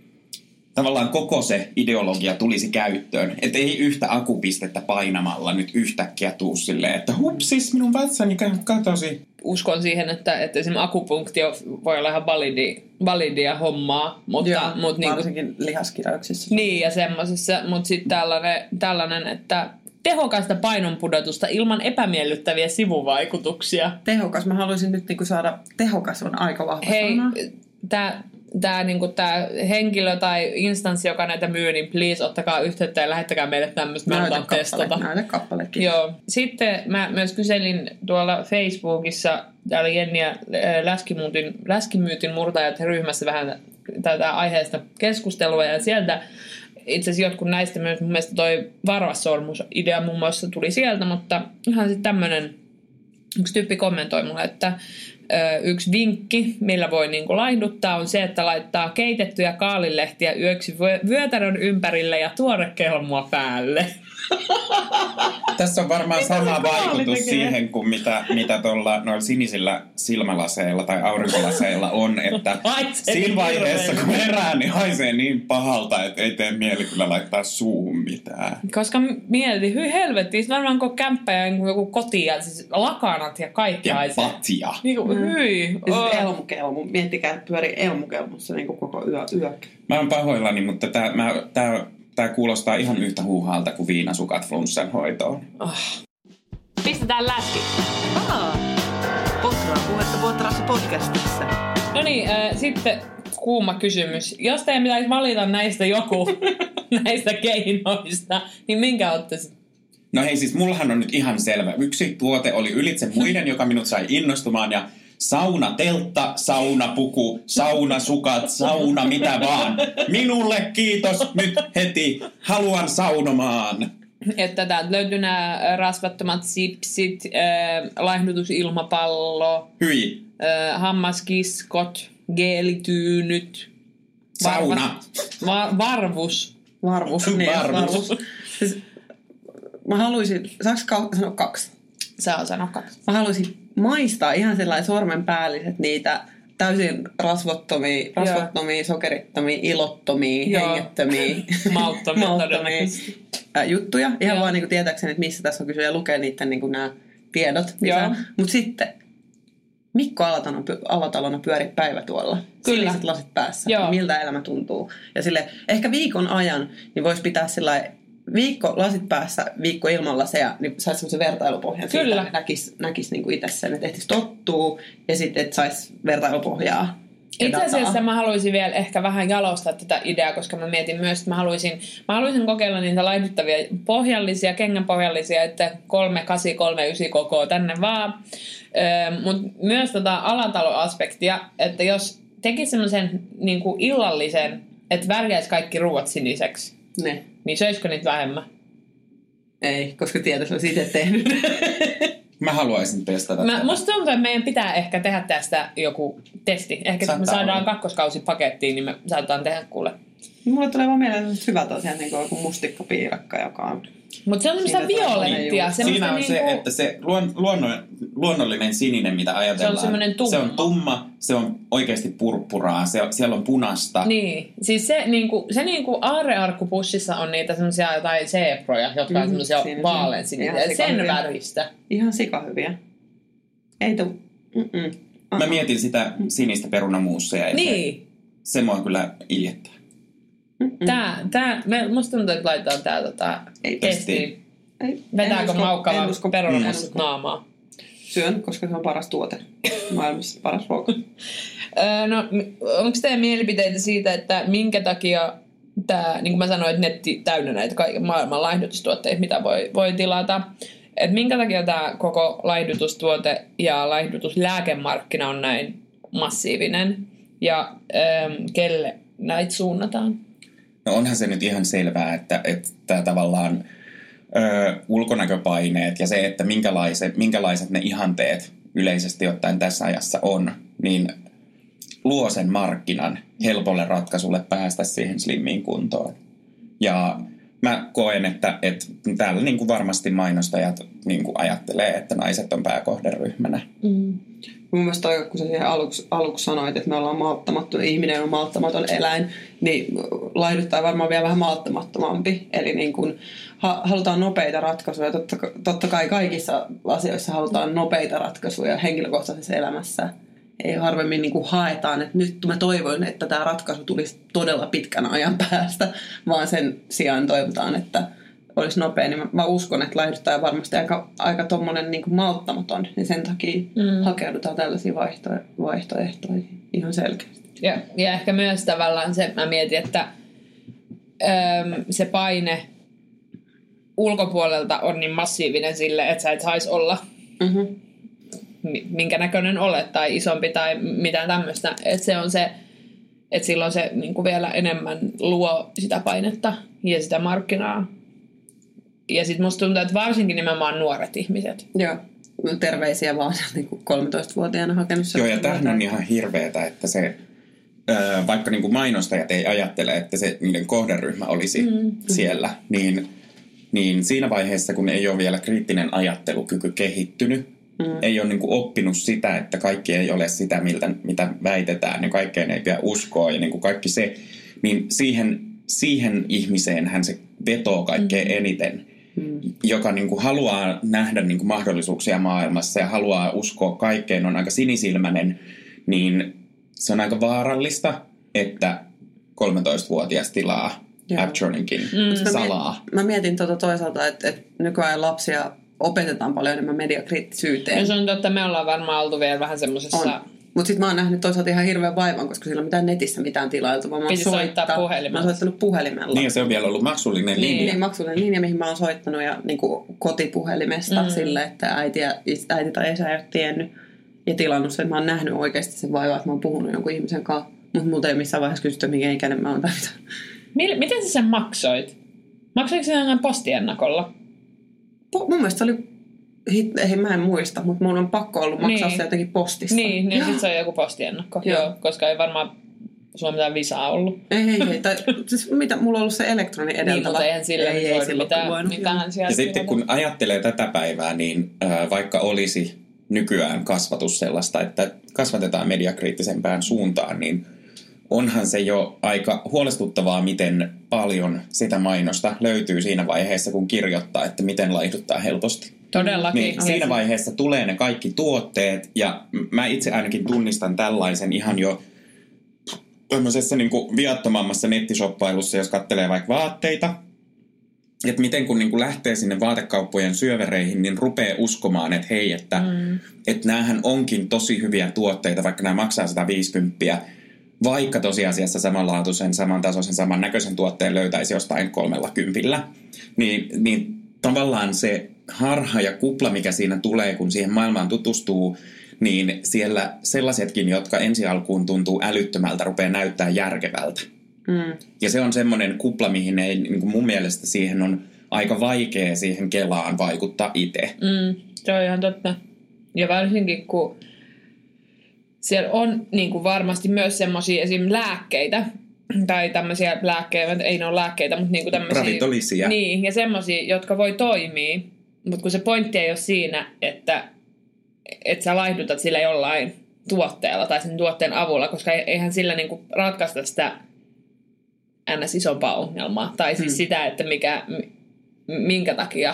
E: tavallaan koko se ideologia tulisi käyttöön, että ei yhtä akupistettä painamalla nyt yhtäkkiä tuu silleen, että hupsis, minun vatsani katosi.
D: Uskon siihen, että, että esimerkiksi akupunktio voi olla ihan validi, validia hommaa, mutta
B: joo,
D: mut
B: varsinkin
D: niinku,
B: lihaskirjauksissa.
D: Niin, ja semmoisissa, mutta sitten tällainen, tällainen, että tehokasta painonpudotusta ilman epämiellyttäviä sivuvaikutuksia.
B: Tehokas. Mä haluaisin nyt niinku saada, tehokas on aika vahva
D: Hei,
B: sana.
D: Tää, tää, niinku, tää henkilö tai instanssi, joka näitä myy, niin please ottakaa yhteyttä ja lähettäkää meille tämmöistä. Mä haluan testata.
B: Näytä kappalekin.
D: Joo. Sitten mä myös kyselin tuolla Facebookissa, täällä Jenni ja Läskimyytin, Läskimyytin murtajat ryhmässä vähän tätä aiheesta keskustelua, ja sieltä itse asiassa jotkut näistä myös mun mielestä toi varvassormus-idea muun muassa tuli sieltä, mutta ihan sitten tämmönen, yksi tyyppi kommentoi mulle, että ö, yksi vinkki, millä voi niinku laihduttaa, on se, että laittaa keitettyjä kaalilehtiä yöksi vyötärön ympärille ja tuorekelmua päälle.
E: Tässä on varmaan sama vaikutus siihen, kuin mitä, mitä tuolla noilla sinisillä silmälaseilla tai aurinkolaseilla on, että siinä vaiheessa, kun herää, niin haisee niin pahalta, että ei tee mieli kyllä laittaa suuhun mitään.
D: Koska mieli, hyi helvetti, varmaan kun kämppä ja joku koti ja siis lakanat ja kaikki
E: ja
D: haisee.
E: Ja patja.
D: Niin kuin, hyi.
B: Ja sitten elmukelmu. Miettikää, että pyörii elmukelmussa niin kuin koko yö, yö.
E: Mä oon pahoillani, mutta tää, mä, tää Tämä kuulostaa ihan yhtä huuhaalta kuin viinasukat flunssan hoitoon.
D: Oh. Pistetään läski.
B: Ahaa. Potraa puhetta Potrassa podcastissa.
D: No niin, äh, sitten kuuma kysymys. Jos teidän pitäisi valita näistä joku, näistä keinoista, niin minkä ottaisit?
E: No hei, siis mullahan on nyt ihan selvä. Yksi tuote oli ylitse muiden, joka minut sai innostumaan, ja saunateltta, saunapuku, saunasukat, sauna mitä vaan. Minulle kiitos nyt heti. Haluan saunomaan.
D: Että täältä löytyy nämä rasvattomat sipsit, äh, laihdutusilmapallo,
E: Hyi.
D: Äh, hammaskiskot, geelityynyt,
E: Sauna.
D: Va- varvus.
B: Varvus. Niin,
E: Varvus.
B: varvus. Siis, mä haluaisin, saaks ka- sanoa kaksi?
D: Saa sanoa kaksi.
B: Mä haluaisin maistaa ihan sellainen sormenpäälliset niitä täysin rasvottomia, rasvottomia, sokerittomia, ilottomia,
D: Joo.
B: hengettömiä,
D: Mauttomia,
B: mauttomia ä, juttuja. Ihan Joo. vaan niin kuin tietääkseni, että missä tässä on kyse ja lukee niiden niin kuin nämä tiedot. Mutta sitten Mikko Alatalona, Alatalona pyöri päivä tuolla.
D: Kyllä.
B: Siniset lasit päässä.
D: Joo.
B: Miltä elämä tuntuu. Ja sille ehkä viikon ajan niin voisi pitää sillä viikko lasit päässä, viikko ilman laseja, niin saisi semmoisen vertailupohjan
D: Kyllä.
B: siitä, että näkisi, näkisi niin kuin itse sen, että ehtisi tottua ja sitten, että saisi vertailupohjaa.
D: Itse asiassa mä haluaisin vielä ehkä vähän jalostaa tätä ideaa, koska mä mietin myös, että mä haluaisin, mä haluaisin kokeilla niitä laihduttavia pohjallisia, kengänpohjallisia, että kolme kahdeksan kolme yhdeksän koko tänne vaan. Öö, Mutta myös tota alataloaspektia, että jos tekisi semmoisen niin kuin illallisen, että värjäisi kaikki ruuat siniseksi,
B: Ne.
D: niin söisikö niitä vähemmän?
B: Ei, koska tietysti olisi itse tehnyt.
E: Mä haluaisin testata
D: Mä,
E: tätä.
D: musta tuntuu, että meidän pitää ehkä tehdä tästä joku testi. Ehkä kun me saadaan olla. kakkoskausi pakettiin, niin me saatetaan tehdä kuule.
B: Mulle tulee vaan mieleen sellaiset hyvät asiat, niin kuin joku mustikkapiirakka, joka on
D: Mutta se on semmoista violettia.
E: Siinä on
D: niinku...
E: se, että se luon, luonno, luonnollinen sininen, mitä ajatellaan.
D: Se on semmoinen tumma.
E: Se on tumma, se on oikeasti purppuraa, se, siellä on punasta.
D: Niin, siis se niinku, se niinku aarrearkkupussissa on niitä semmoisia jotain zeebroja, jotka mm, on semmoisia vaaleansinisiä. Sen väristä.
B: Ihan sikahyviä. Ei tuu.
E: Mä mietin sitä sinistä perunamuusseja ja
D: niin.
E: se, se mua kyllä iljettää.
D: Tää, tää, me, musta tuntuu, että laitetaan tää tota, testiin. Vetääkö maukkavaa perunamuussut naamaa?
B: Syön, koska se on paras tuote. Maailmassa paras ruoka.
D: No, onko teidän mielipiteitä siitä, että minkä takia tää, niin kuin mä sanoin, että netti täynnä näitä kaiken maailman laihdutustuotteita, mitä voi, voi tilata. Että minkä takia tämä koko laihdutustuote ja laihdutuslääkemarkkina on näin massiivinen ja ähm, kelle näitä suunnataan?
E: No onhan se nyt ihan selvää, että, että tavallaan ö, ulkonäköpaineet ja se, että minkälaiset, minkälaiset ne ihanteet yleisesti ottaen tässä ajassa on, niin luo sen markkinan helpolle ratkaisulle päästä siihen slimmiin kuntoon. Ja mä koen, että, että täällä niin kuin varmasti mainostajat niin kuin ajattelee, että naiset on pääkohderyhmänä.
B: Mm. Mun mielestä toi, kun sä siihen aluksi, aluksi sanoit, että me ollaan malttamattu, ihminen on malttamaton eläin, niin laihduttaa varmaan vielä vähän malttamattomampi. Eli niin kun halutaan nopeita ratkaisuja. Totta, totta kai kaikissa asioissa halutaan nopeita ratkaisuja henkilökohtaisessa elämässä. Ei harvemmin niin kuin haetaan, että nyt mä toivon, että tämä ratkaisu tulisi todella pitkän ajan päästä, vaan sen sijaan toivotaan, että olisi nopea. Niin mä, mä uskon, että laihduttaja varmasti aika, aika tommonen niin kuin malttamaton, niin sen takia mm. hakeudutaan tällaisiin vaihto, vaihtoehtoihin ihan selkeästi.
D: Ja, ja ehkä myös tavallaan se, mä mietin, että öö, se paine ulkopuolelta on niin massiivinen sille, että sä et saisi olla mm-hmm. minkä näköinen olet tai isompi tai mitään tämmöistä. Että se on se, että silloin se niin kuin vielä enemmän luo sitä painetta ja sitä markkinaa. Ja sitten musta tuntuu, että varsinkin nimenomaan nuoret ihmiset.
B: Joo, terveisiä vaan niin kuin kolmetoistavuotiaana hakenut.
E: Joo, ja tämähän on ihan hirveetä, että se, vaikka niin kuin mainostajat ei ajattele, että se niiden kohderyhmä olisi mm. siellä, niin, niin siinä vaiheessa, kun ei ole vielä kriittinen ajattelukyky kehittynyt, mm. ei ole niin kuin oppinut sitä, että kaikki ei ole sitä, miltä, mitä väitetään, ja kaikkeen ei pidä uskoa, ja niin kuin kaikki se, niin siihen, siihen ihmiseenhän se vetoo kaikkein mm. eniten, mm. joka niin kuin haluaa nähdä niin kuin mahdollisuuksia maailmassa ja haluaa uskoa kaikkeen, on aika sinisilmäinen, niin se on aika vaarallista, että kolmetoistavuotias tilaa Apptroninkin mm. salaa.
B: Mä mietin tuota toisaalta, että, että nykyään lapsia opetetaan paljon enemmän mediakriittisyyteen.
D: Ja se on totta, me ollaan varmaan oltu vielä vähän semmoisessa...
B: Mutta sitten mä oon nähnyt toisaalta ihan hirveän vaivan, koska sillä on mitään netissä mitään tilailtu, vaan mä oon, soittaa puhelimella. Mä oon soittanut puhelimella.
E: Niin, ja se on vielä ollut maksullinen linja.
B: Niin, niin maksullinen linja, mihin mä oon soittanut ja niin kuin kotipuhelimesta mm. sille, että äiti, ja, äiti tai isä ei ole tiennyt ja tilannut sen. Mä oon nähnyt oikeasti sen vaivaa, että mä oon puhunut jonkun ihmisen kanssa, mutta muuten ei missään vaiheessa kysytty, minkä ikäinen mä oon tai
D: mitä. Miten sä sen maksoit? Maksoitko sä jonain postiennakolla?
B: Po- mun mielestä se oli... Ei, mä en muista, mutta mun on pakko ollut maksaa niin. se jotenkin postissa.
D: Niin, niin sitten se on joku postiennakko. Joo. Joo, koska ei varmaan sulla mitään visaa ollut.
B: Ei, ei, ei. Tai, siis mitä, mulla on ollut se elektroni edeltävä.
D: Niin, mutta eihän sillä ei, ei, ei mitään, mitään
E: ja sitten kun ajattelee tätä päivää, niin äh, vaikka olisi nykyään kasvatus sellaista, että kasvatetaan mediakriittisempään suuntaan, niin onhan se jo aika huolestuttavaa, miten paljon sitä mainosta löytyy siinä vaiheessa, kun kirjoittaa, että miten laihduttaa helposti.
D: Todellakin.
E: Niin siinä vaiheessa tulee ne kaikki tuotteet, ja mä itse ainakin tunnistan tällaisen ihan jo tämmöisessä niin kuin viattomammassa nettishoppailussa, jos katselee vaikka vaatteita, että miten kun niin kuin lähtee sinne vaatekauppojen syövereihin, niin rupeaa uskomaan, että hei, että, mm. että näähän onkin tosi hyviä tuotteita, vaikka nämä maksaa sata viisikymmentä, vaikka tosiasiassa samanlaatuisen, samantasoisen, samannäköisen tuotteen löytäisi jostain kolmella kympillä, niin, niin tavallaan se harha ja kupla, mikä siinä tulee, kun siihen maailmaan tutustuu, niin siellä sellaisetkin, jotka ensi alkuun tuntuu älyttömältä, rupeaa näyttää järkevältä. Mm. Ja se on semmoinen kupla, mihin ei, niin kuin mun mielestä siihen on aika vaikea siihen kelaan vaikuttaa itse.
D: Mm, se on ihan totta. Ja varsinkin, kun siellä on niin kuin varmasti myös semmoisia esim. Lääkkeitä, tai tämmöisiä lääkkeitä, ei ne ole lääkkeitä, mutta niinku tämmöisiä.
E: Ravitolisia.
D: Niin, ja semmoisia, jotka voi toimia, mutta kun se pointti ei ole siinä, että, että sä laihdutat sillä jollain tuotteella tai sen tuotteen avulla, koska eihän sillä niinku ratkaista sitä ns. Isompaa ongelmaa. Tai siis hmm. sitä, että mikä, minkä takia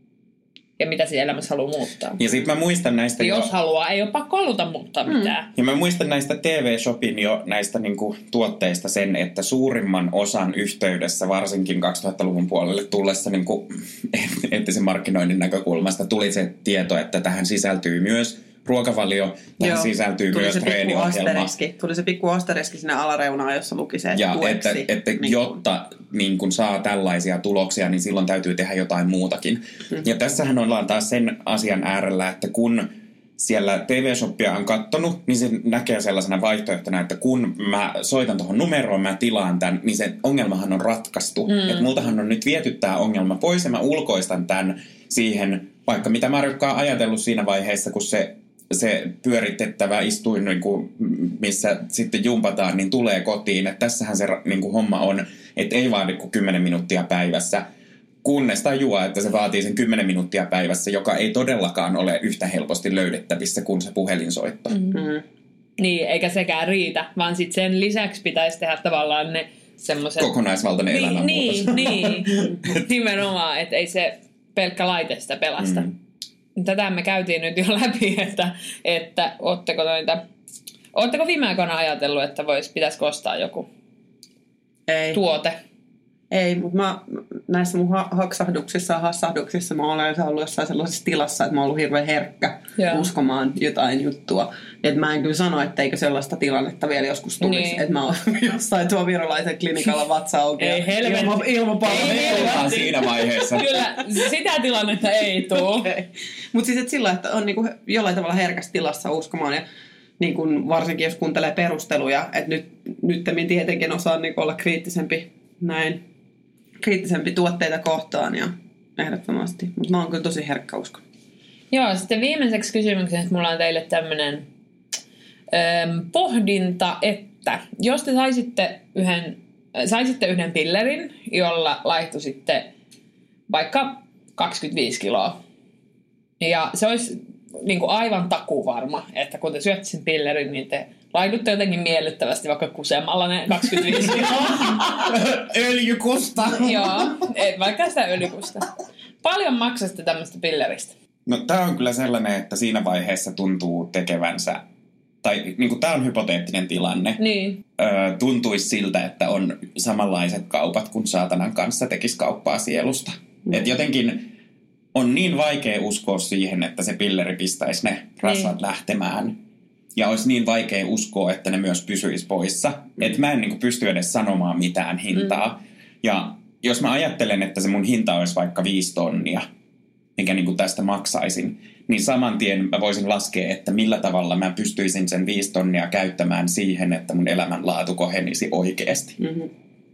D: ja mitä siinä elämässä haluaa muuttaa.
E: Ja sit mä muistan näistä
D: jos
E: jo...
D: haluaa, ei ole pakko haluta muuttaa hmm. mitään.
E: Ja mä muistan näistä T V-shopin jo näistä niinku tuotteista sen, että suurimman osan yhteydessä, varsinkin kaksituhattaluvun puolelle tullessa niinku, eettisen markkinoinnin näkökulmasta, tuli se tieto, että tähän sisältyy myös ruokavalio, tähän Joo. sisältyy
B: tuli
E: myös
B: se
E: treeniohjelma.
B: Tuli se pikku asteriski sinne alareunaan, jossa luki se
E: ja
B: tueksi.
E: Että, että
B: niin
E: jotta niin kun saa tällaisia tuloksia, niin silloin täytyy tehdä jotain muutakin. Mm-hmm. Ja tässähän ollaan taas sen asian äärellä, että kun siellä T V-shoppia on kattonut, niin se näkee sellaisena vaihtoehtona, että kun mä soitan tuohon numeroon, mä tilaan tämän, niin se ongelmahan on ratkaistu. Mm. Että multahan on nyt viety tämä ongelma pois ja mä ulkoistan tämän siihen, vaikka mitä mä oon ajatellut siinä vaiheessa, kun se se pyöritettävä istuin, niin kuin, missä sitten jumpataan, niin tulee kotiin. Että tässähän se niin kuin, homma on, että ei vaadi kuin kymmenen minuuttia päivässä, kunnes tajua, että se vaatii sen kymmenen minuuttia päivässä, joka ei todellakaan ole yhtä helposti löydettävissä kuin se puhelinsoitto.
D: Mm-hmm. Niin, eikä sekään riitä, vaan sitten sen lisäksi pitäisi tehdä tavallaan ne semmoiset...
E: Kokonaisvaltainen
D: niin,
E: elämänmuutos.
D: Niin, niin. Nimenomaan, että ei se pelkkä laite sitä pelasta. Mm. Tätä me käytiin nyt jo läpi, että, että ootteko, noita, ootteko viime aikoina ajatellut, että vois, pitäisikö ostaa joku
B: ei.
D: tuote?
B: Ei, mutta mä näissä mun ha- haksahduksissa ja hassahduksissa mä olen ollut jossain sellaisessa tilassa, että mä oon ollut hirveän herkkä Joo. uskomaan jotain juttua. Että mä en kyllä sano, että eikö sellaista tilannetta vielä joskus tulisi. Niin. Että mä oon jossain tuo virolaisen klinikalla vatsa auki.
D: Ei helvetti. Ilma,
E: ilmapallo. Siinä vaiheessa.
D: Kyllä, sitä tilannetta ei tule.
B: Okay. Mutta siis et sillä, että on niinku jollain tavalla herkässä tilassa uskomaan ja niin kun varsinkin jos kuuntelee perusteluja, että nyt, nyt tietenkin osaan niin olla kriittisempi näin. kriittisempi tuotteita kohtaan ja ehdottomasti. Mutta mä oon kyllä tosi herkkä usko.
D: Joo, sitten viimeiseksi kysymykseksi, että mulla on teille tämmönen öm, pohdinta, että jos te saisitte yhden, saisitte yhden pillerin, jolla laihtuisitte vaikka kaksikymmentäviisi kiloa. Ja se olisi niin kuin aivan takuvarma, että kun te syötte sen pillerin, niin te laihdutte jotenkin miellyttävästi vaikka kusemalla ne kaksikymmentäviisi kiloa.
E: Öljykusta.
D: Joo, et vaikka sitä öljykusta. Paljon maksaisitte tämmöistä pilleristä?
E: No tää on kyllä sellainen, että siinä vaiheessa tuntuu tekevänsä, tai niin kuin tää on hypoteettinen tilanne.
D: Niin.
E: Ö, tuntuisi siltä, että on samanlaiset kaupat kuin saatanan kanssa tekisi kauppaa sielusta. Mm. Et jotenkin on niin vaikea uskoa siihen, että se pilleri pistäisi ne rasvat niin. lähtemään. Ja olisi niin vaikea uskoa, että ne myös pysyisi poissa. Mm. Että mä en niin kuin pysty edes sanomaan mitään hintaa. Mm. Ja jos mä ajattelen, että se mun hinta olisi vaikka viisi tonnia, mikä niin kuin tästä maksaisin, niin saman tien mä voisin laskea, että millä tavalla mä pystyisin sen viisi tonnia käyttämään siihen, että mun elämänlaatu kohenisi oikeasti.
B: Mm-hmm.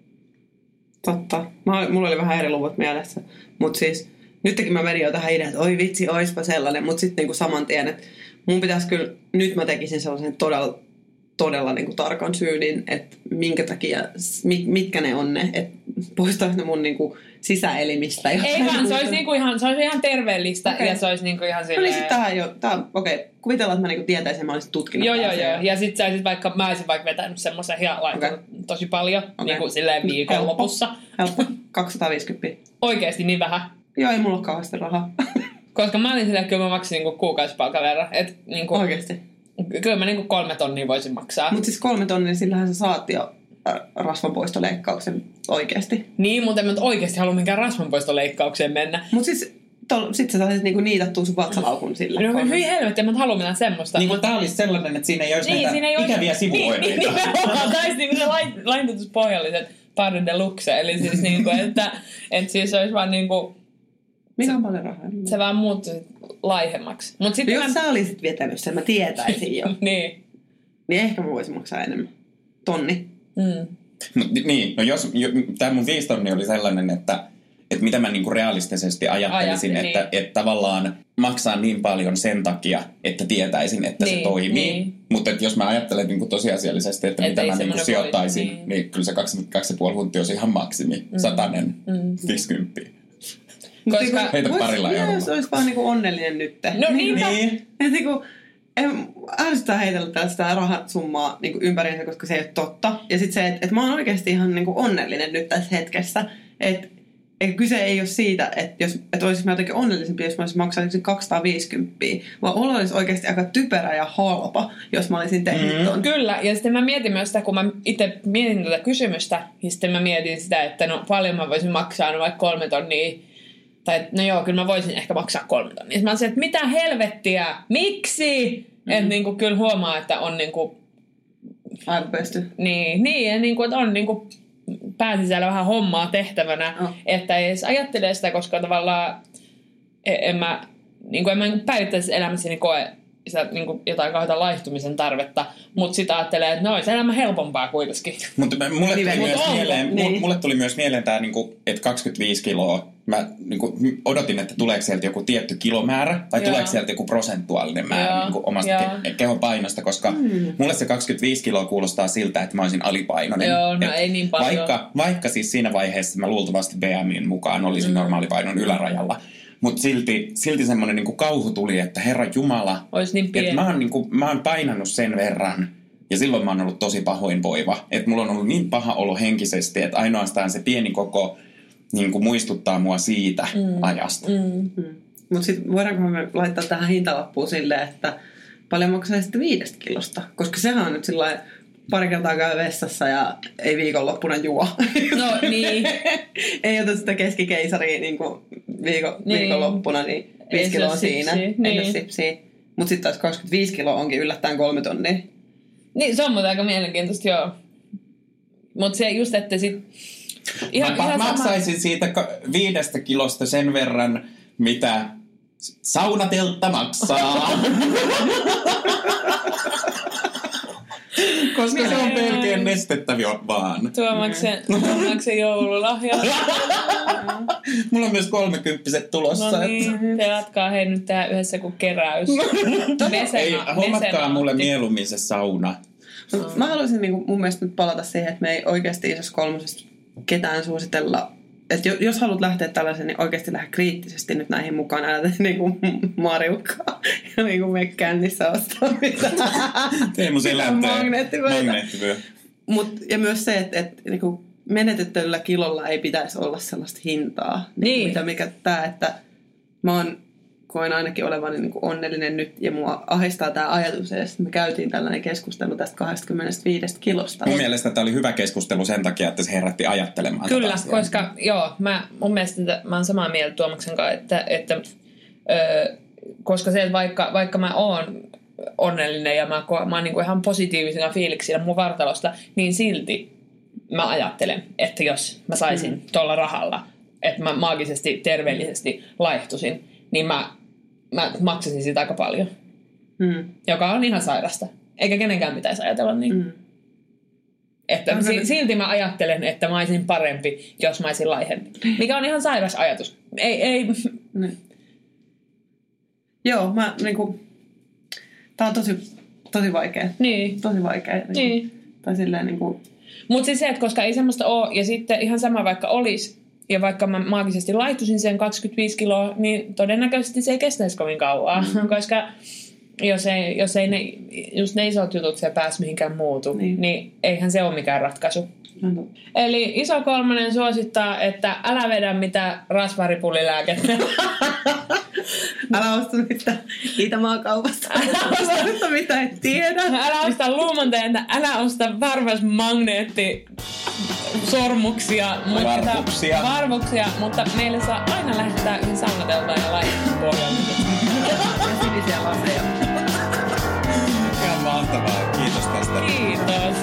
B: Totta. Mä, mulla oli vähän eri luvut mielessä. Mutta siis nytkin mä menin jo tähän ideaan, että oi vitsi, oispa sellainen. Mutta sitten niinku saman tien, että mun pitäisi kyllä, nyt mä tekisin sellaisen todella, todella niinku tarkan syynin, että minkä takia, mitkä ne on ne, että poistaisi ne mun niinku sisäelimistä.
D: Ei vaan, se olisi, niinku ihan, se olisi ihan terveellistä okay. Ja se olisi niinku ihan silleen...
B: No niin sit tähän jo, tää, okei, okay. Kuvitellaan, että mä niinku tietäisin, että mä olisin tutkinut.
D: Joo, joo, joo. Ja sit sä olisit vaikka, mä olisin vaikka vetänyt semmoisen ja laittanut okay. tosi paljon, okay. Niinku silleen viikonlopussa.
B: Helppo, helppo. kaksisataaviisikymmentä.
D: Oikeesti niin vähän?
B: Joo, ei mulla ole kauheasti rahaa.
D: Koska mä olin silleen, että kyllä mä maksin niinku kuukausipalkan verran. Et, niinku,
B: oikeesti?
D: Kyllä mä niinku kolme tonnia voisin maksaa.
B: Mut siis kolme tonnia, niin sillähän sä saat jo rasvanpoistoleikkauksen oikeesti.
D: Niin, mutta en mä oikeesti halua minkään rasvanpoistoleikkaukseen mennä.
B: Mut siis tol, sit sä saisit niinku niitattua sun vatsalaukun sillä.
D: No hyi helvetti, en mä halua mitään semmoista.
E: Niin kun tää olisi sellainen, että siinä ei olisi
D: niin,
E: näitä
D: siinä ei
E: ikäviä
D: olisi...
E: sivuoireita.
D: Niin, niin tai siis niinku ne laintutuspohjalliset pardon de luxe. Eli siis niinku, että et siis olisi vaan niinku...
B: Mikä on paljon rahaa?
D: Se vaan muuttui laihemmaksi. Mut sit
B: no
D: mä...
B: jos sä olisit vetänyt sen, mä tietäisin jo.
D: niin.
B: Niin ehkä mä voisin maksaa enemmän. Tonni.
D: Mm.
E: No, niin, no jos, jo, tää mun viisi tonni oli sellainen, että, että mitä mä niinku realistisesti ajattelisin,
D: Ajattelin,
E: että,
D: niin.
E: että tavallaan maksaa niin paljon sen takia, että tietäisin, että
D: niin,
E: se toimii.
D: Niin.
E: Mutta jos mä ajattelen niin tosiasiallisesti, että, että mitä mä niin sijoittaisin, voi, niin. niin kyllä se kaksi, kaksi ja puoli huntia olisi ihan maksimi. Mm. Satanen, mm. viisikymppiä.
D: Koska
E: heitä parilla eurolla.
B: Jos olisi vaan niinku onnellinen nyt.
D: No niinpä.
B: Niin. Että niinku, ärsyttää heitellä tästä rahasummaa niinku ympäriinsä, koska se ei ole totta. Ja sitten se, että et mä oon oikeasti ihan niinku onnellinen nyt tässä hetkessä. Että et kyse ei ole siitä, että jos et olisin mä jotenkin onnellisempi, jos mä olisin maksanut kaksisataaviisikymmentä. Vaan olo olisi oikeasti aika typerä ja halpa, jos mä olisin tehnyt mm. ton.
D: Kyllä, ja sitten mä mietin myös sitä, kun mä itse mietin tätä kysymystä, niin sitten mä mietin sitä, että no paljon mä voisin maksaa no vaikka kolme tonnia. Tai no joo, kyllä mä voisin ehkä maksaa kolme tonnia. Mä olisin, että mitä helvettiä, miksi? Mm-hmm. Että niinku kyllä huomaa, että on niinku...
B: Aivan pesty.
D: Niin, niin ja niinku, että on niinku pääsisällä vähän hommaa tehtävänä. Oh. Että ei edes ajattele sitä, koska tavallaan en mä, niinku, en mä päivittäisessä elämässäni koe sitä, niinku, jotain kauheita laihtumisen tarvetta, mutta sitä ajattelee, että no olisi elämä helpompaa kuitenkin.
E: Mutta mulle tuli, myös mieleen, niin. mulle tuli myös mieleen tämä, niinku, että kaksikymmentäviisi kiloa. Mä niinku, odotin, että tuleeko sieltä joku tietty kilomäärä tai Jaa. tuleeko sieltä joku prosentuaalinen määrä niinku, omasta ke- kehopainosta, koska mm. mulle se kaksikymmentäviisi kiloa kuulostaa siltä, että mä olisin alipainoinen.
D: Joo, no ei niin paljon.
E: Vaikka, vaikka siis siinä vaiheessa mä luultavasti B M I:n mukaan olisin mm. normaalipainon ylärajalla. Mutta silti, silti semmoinen niinku kauhu tuli, että Herra Jumala,
D: niin
E: että mä oon, niinku, mä oon painannut sen verran. Ja silloin mä oon ollut tosi pahoinvoiva. Että mulla on ollut niin paha olo henkisesti, että ainoastaan se pieni koko niinku muistuttaa mua siitä mm. ajasta.
D: Mm.
B: Mm. Mutta sitten voidaanko me laittaa tähän hintalappuun silleen, että paljon maksaa sitten viidestä kilosta? Koska sehän on nyt sillä pari kertaa käy vessassa ja ei viikonloppuna juo.
D: No niin.
B: Ei ota sitä keskikeisaria niin kuin viikon, niin. viikonloppuna, niin viisi kiloa siinä.
D: Niin.
B: Ei ole sipsiä. Mutta sitten taas kaksikymmentäviisi kiloa onkin yllättäen kolme tonnia.
D: Niin, se on muuten aika mielenkiintoista, joo. Mutta se just, että sit...
E: Ihan, mä ihan maksaisin sama... siitä viidestä kilosta sen verran, mitä saunateltta maksaa. Koska Mie... se on pelkeen nestettä vaan.
D: Tuomaksen, tuomaksen joululahja.
E: Mulla on myös kolmekymppiset tulossa.
D: No niin, pelatkaa hei nyt tää yhdessä kuin keräys. Mesena,
E: ei, hommatkaa
D: mesena.
E: mulle mieluummin se sauna.
B: No, mä haluaisin niin kuin, mun mielestä nyt palata siihen, että me ei oikeasti Isossa kolmosessa ketään suositella. Että jos haluat lähteä tällaisen, niin oikeasti lähde kriittisesti nyt näihin mukaan. Älä tee niin kuin Mariukkaa ja niin kuin mene kännissä ostaa mitään.
E: Teemu se lähtee
B: magneettivyö. Mut, ja myös se, että, että niin kuin menetettävällä kilolla ei pitäisi olla sellaista hintaa. Niin. Niin mitä mikä tää, että mä oon, koen ainakin olevani niin kuin onnellinen nyt ja mua ahdistaa tämä ajatus. Ja me käytiin tällainen keskustelu tästä kaksikymmentäviisi kilosta.
E: Mun mielestä tämä oli hyvä keskustelu sen takia, että se herätti ajattelemaan.
D: Kyllä, koska joo, mä, mun mielestä että, mä oon samaa mieltä Tuomaksen kanssa, että, että ö, koska se, että vaikka, vaikka mä oon onnellinen ja mä, mä oon niin kuin ihan positiivisena fiiliksillä mun vartalosta, niin silti mä ajattelen, että jos mä saisin mm. tuolla rahalla, että mä maagisesti, terveellisesti laihtuisin, niin mä mä maksasin siitä aika paljon.
B: Mm.
D: Joka on ihan sairasta. Eikä kenenkään pitäisi ajatella niin. Mm. Että si- silti mä ajattelen, että mä olisin parempi, jos mä olisin laihempi. Mikä on ihan sairas ajatus. Ei, ei.
B: Mm. Joo, mä niinku... Tää on tosi, tosi vaikea.
D: Niin.
B: Tosi vaikea. Niinku,
D: niin.
B: Tai silleen niinku...
D: Mut siis se, että koska ei semmoista oo, ja sitten ihan sama vaikka olisi, ja vaikka mä maagisesti laihtuisin sen kaksikymmentäviisi kiloa, niin todennäköisesti se ei kestäisi kovin kauan. Mm. Koska jos ei, jos ei ne, just ne isot jutut siellä päässä mihinkään muutu, niin. niin eihän se ole mikään ratkaisu. Mm. Eli iso kolmonen suosittaa, että älä vedä mitään rasvaripulilääkettä.
B: Älä osta mitään Itämaakaupasta. Älä osta mitä et tiedä.
D: Älä osta luumonteenta, älä osta varvasmagneetti sormuksia,
E: varvuksia.
D: Mutta, varvuksia, mutta meille saa aina lähettää yhden saunateltaan ja laittepohjalta.
B: Ja sinisiä laseja.
E: Ihan mahtavaa. Kiitos tästä.
D: Kiitos.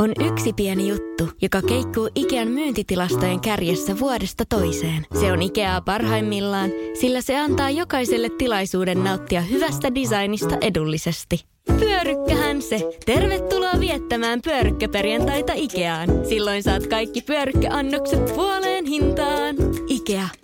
A: on yksi pieni juttu, joka keikkuu Ikean myyntitilastojen kärjessä vuodesta toiseen. Se on Ikeaa parhaimmillaan, sillä se antaa jokaiselle tilaisuuden nauttia hyvästä designista edullisesti. Pyörykkähän se! Tervetuloa viettämään pyörykkäperjantaita Ikeaan. Silloin saat kaikki pyörykkäannokset puoleen hintaan. Ikea.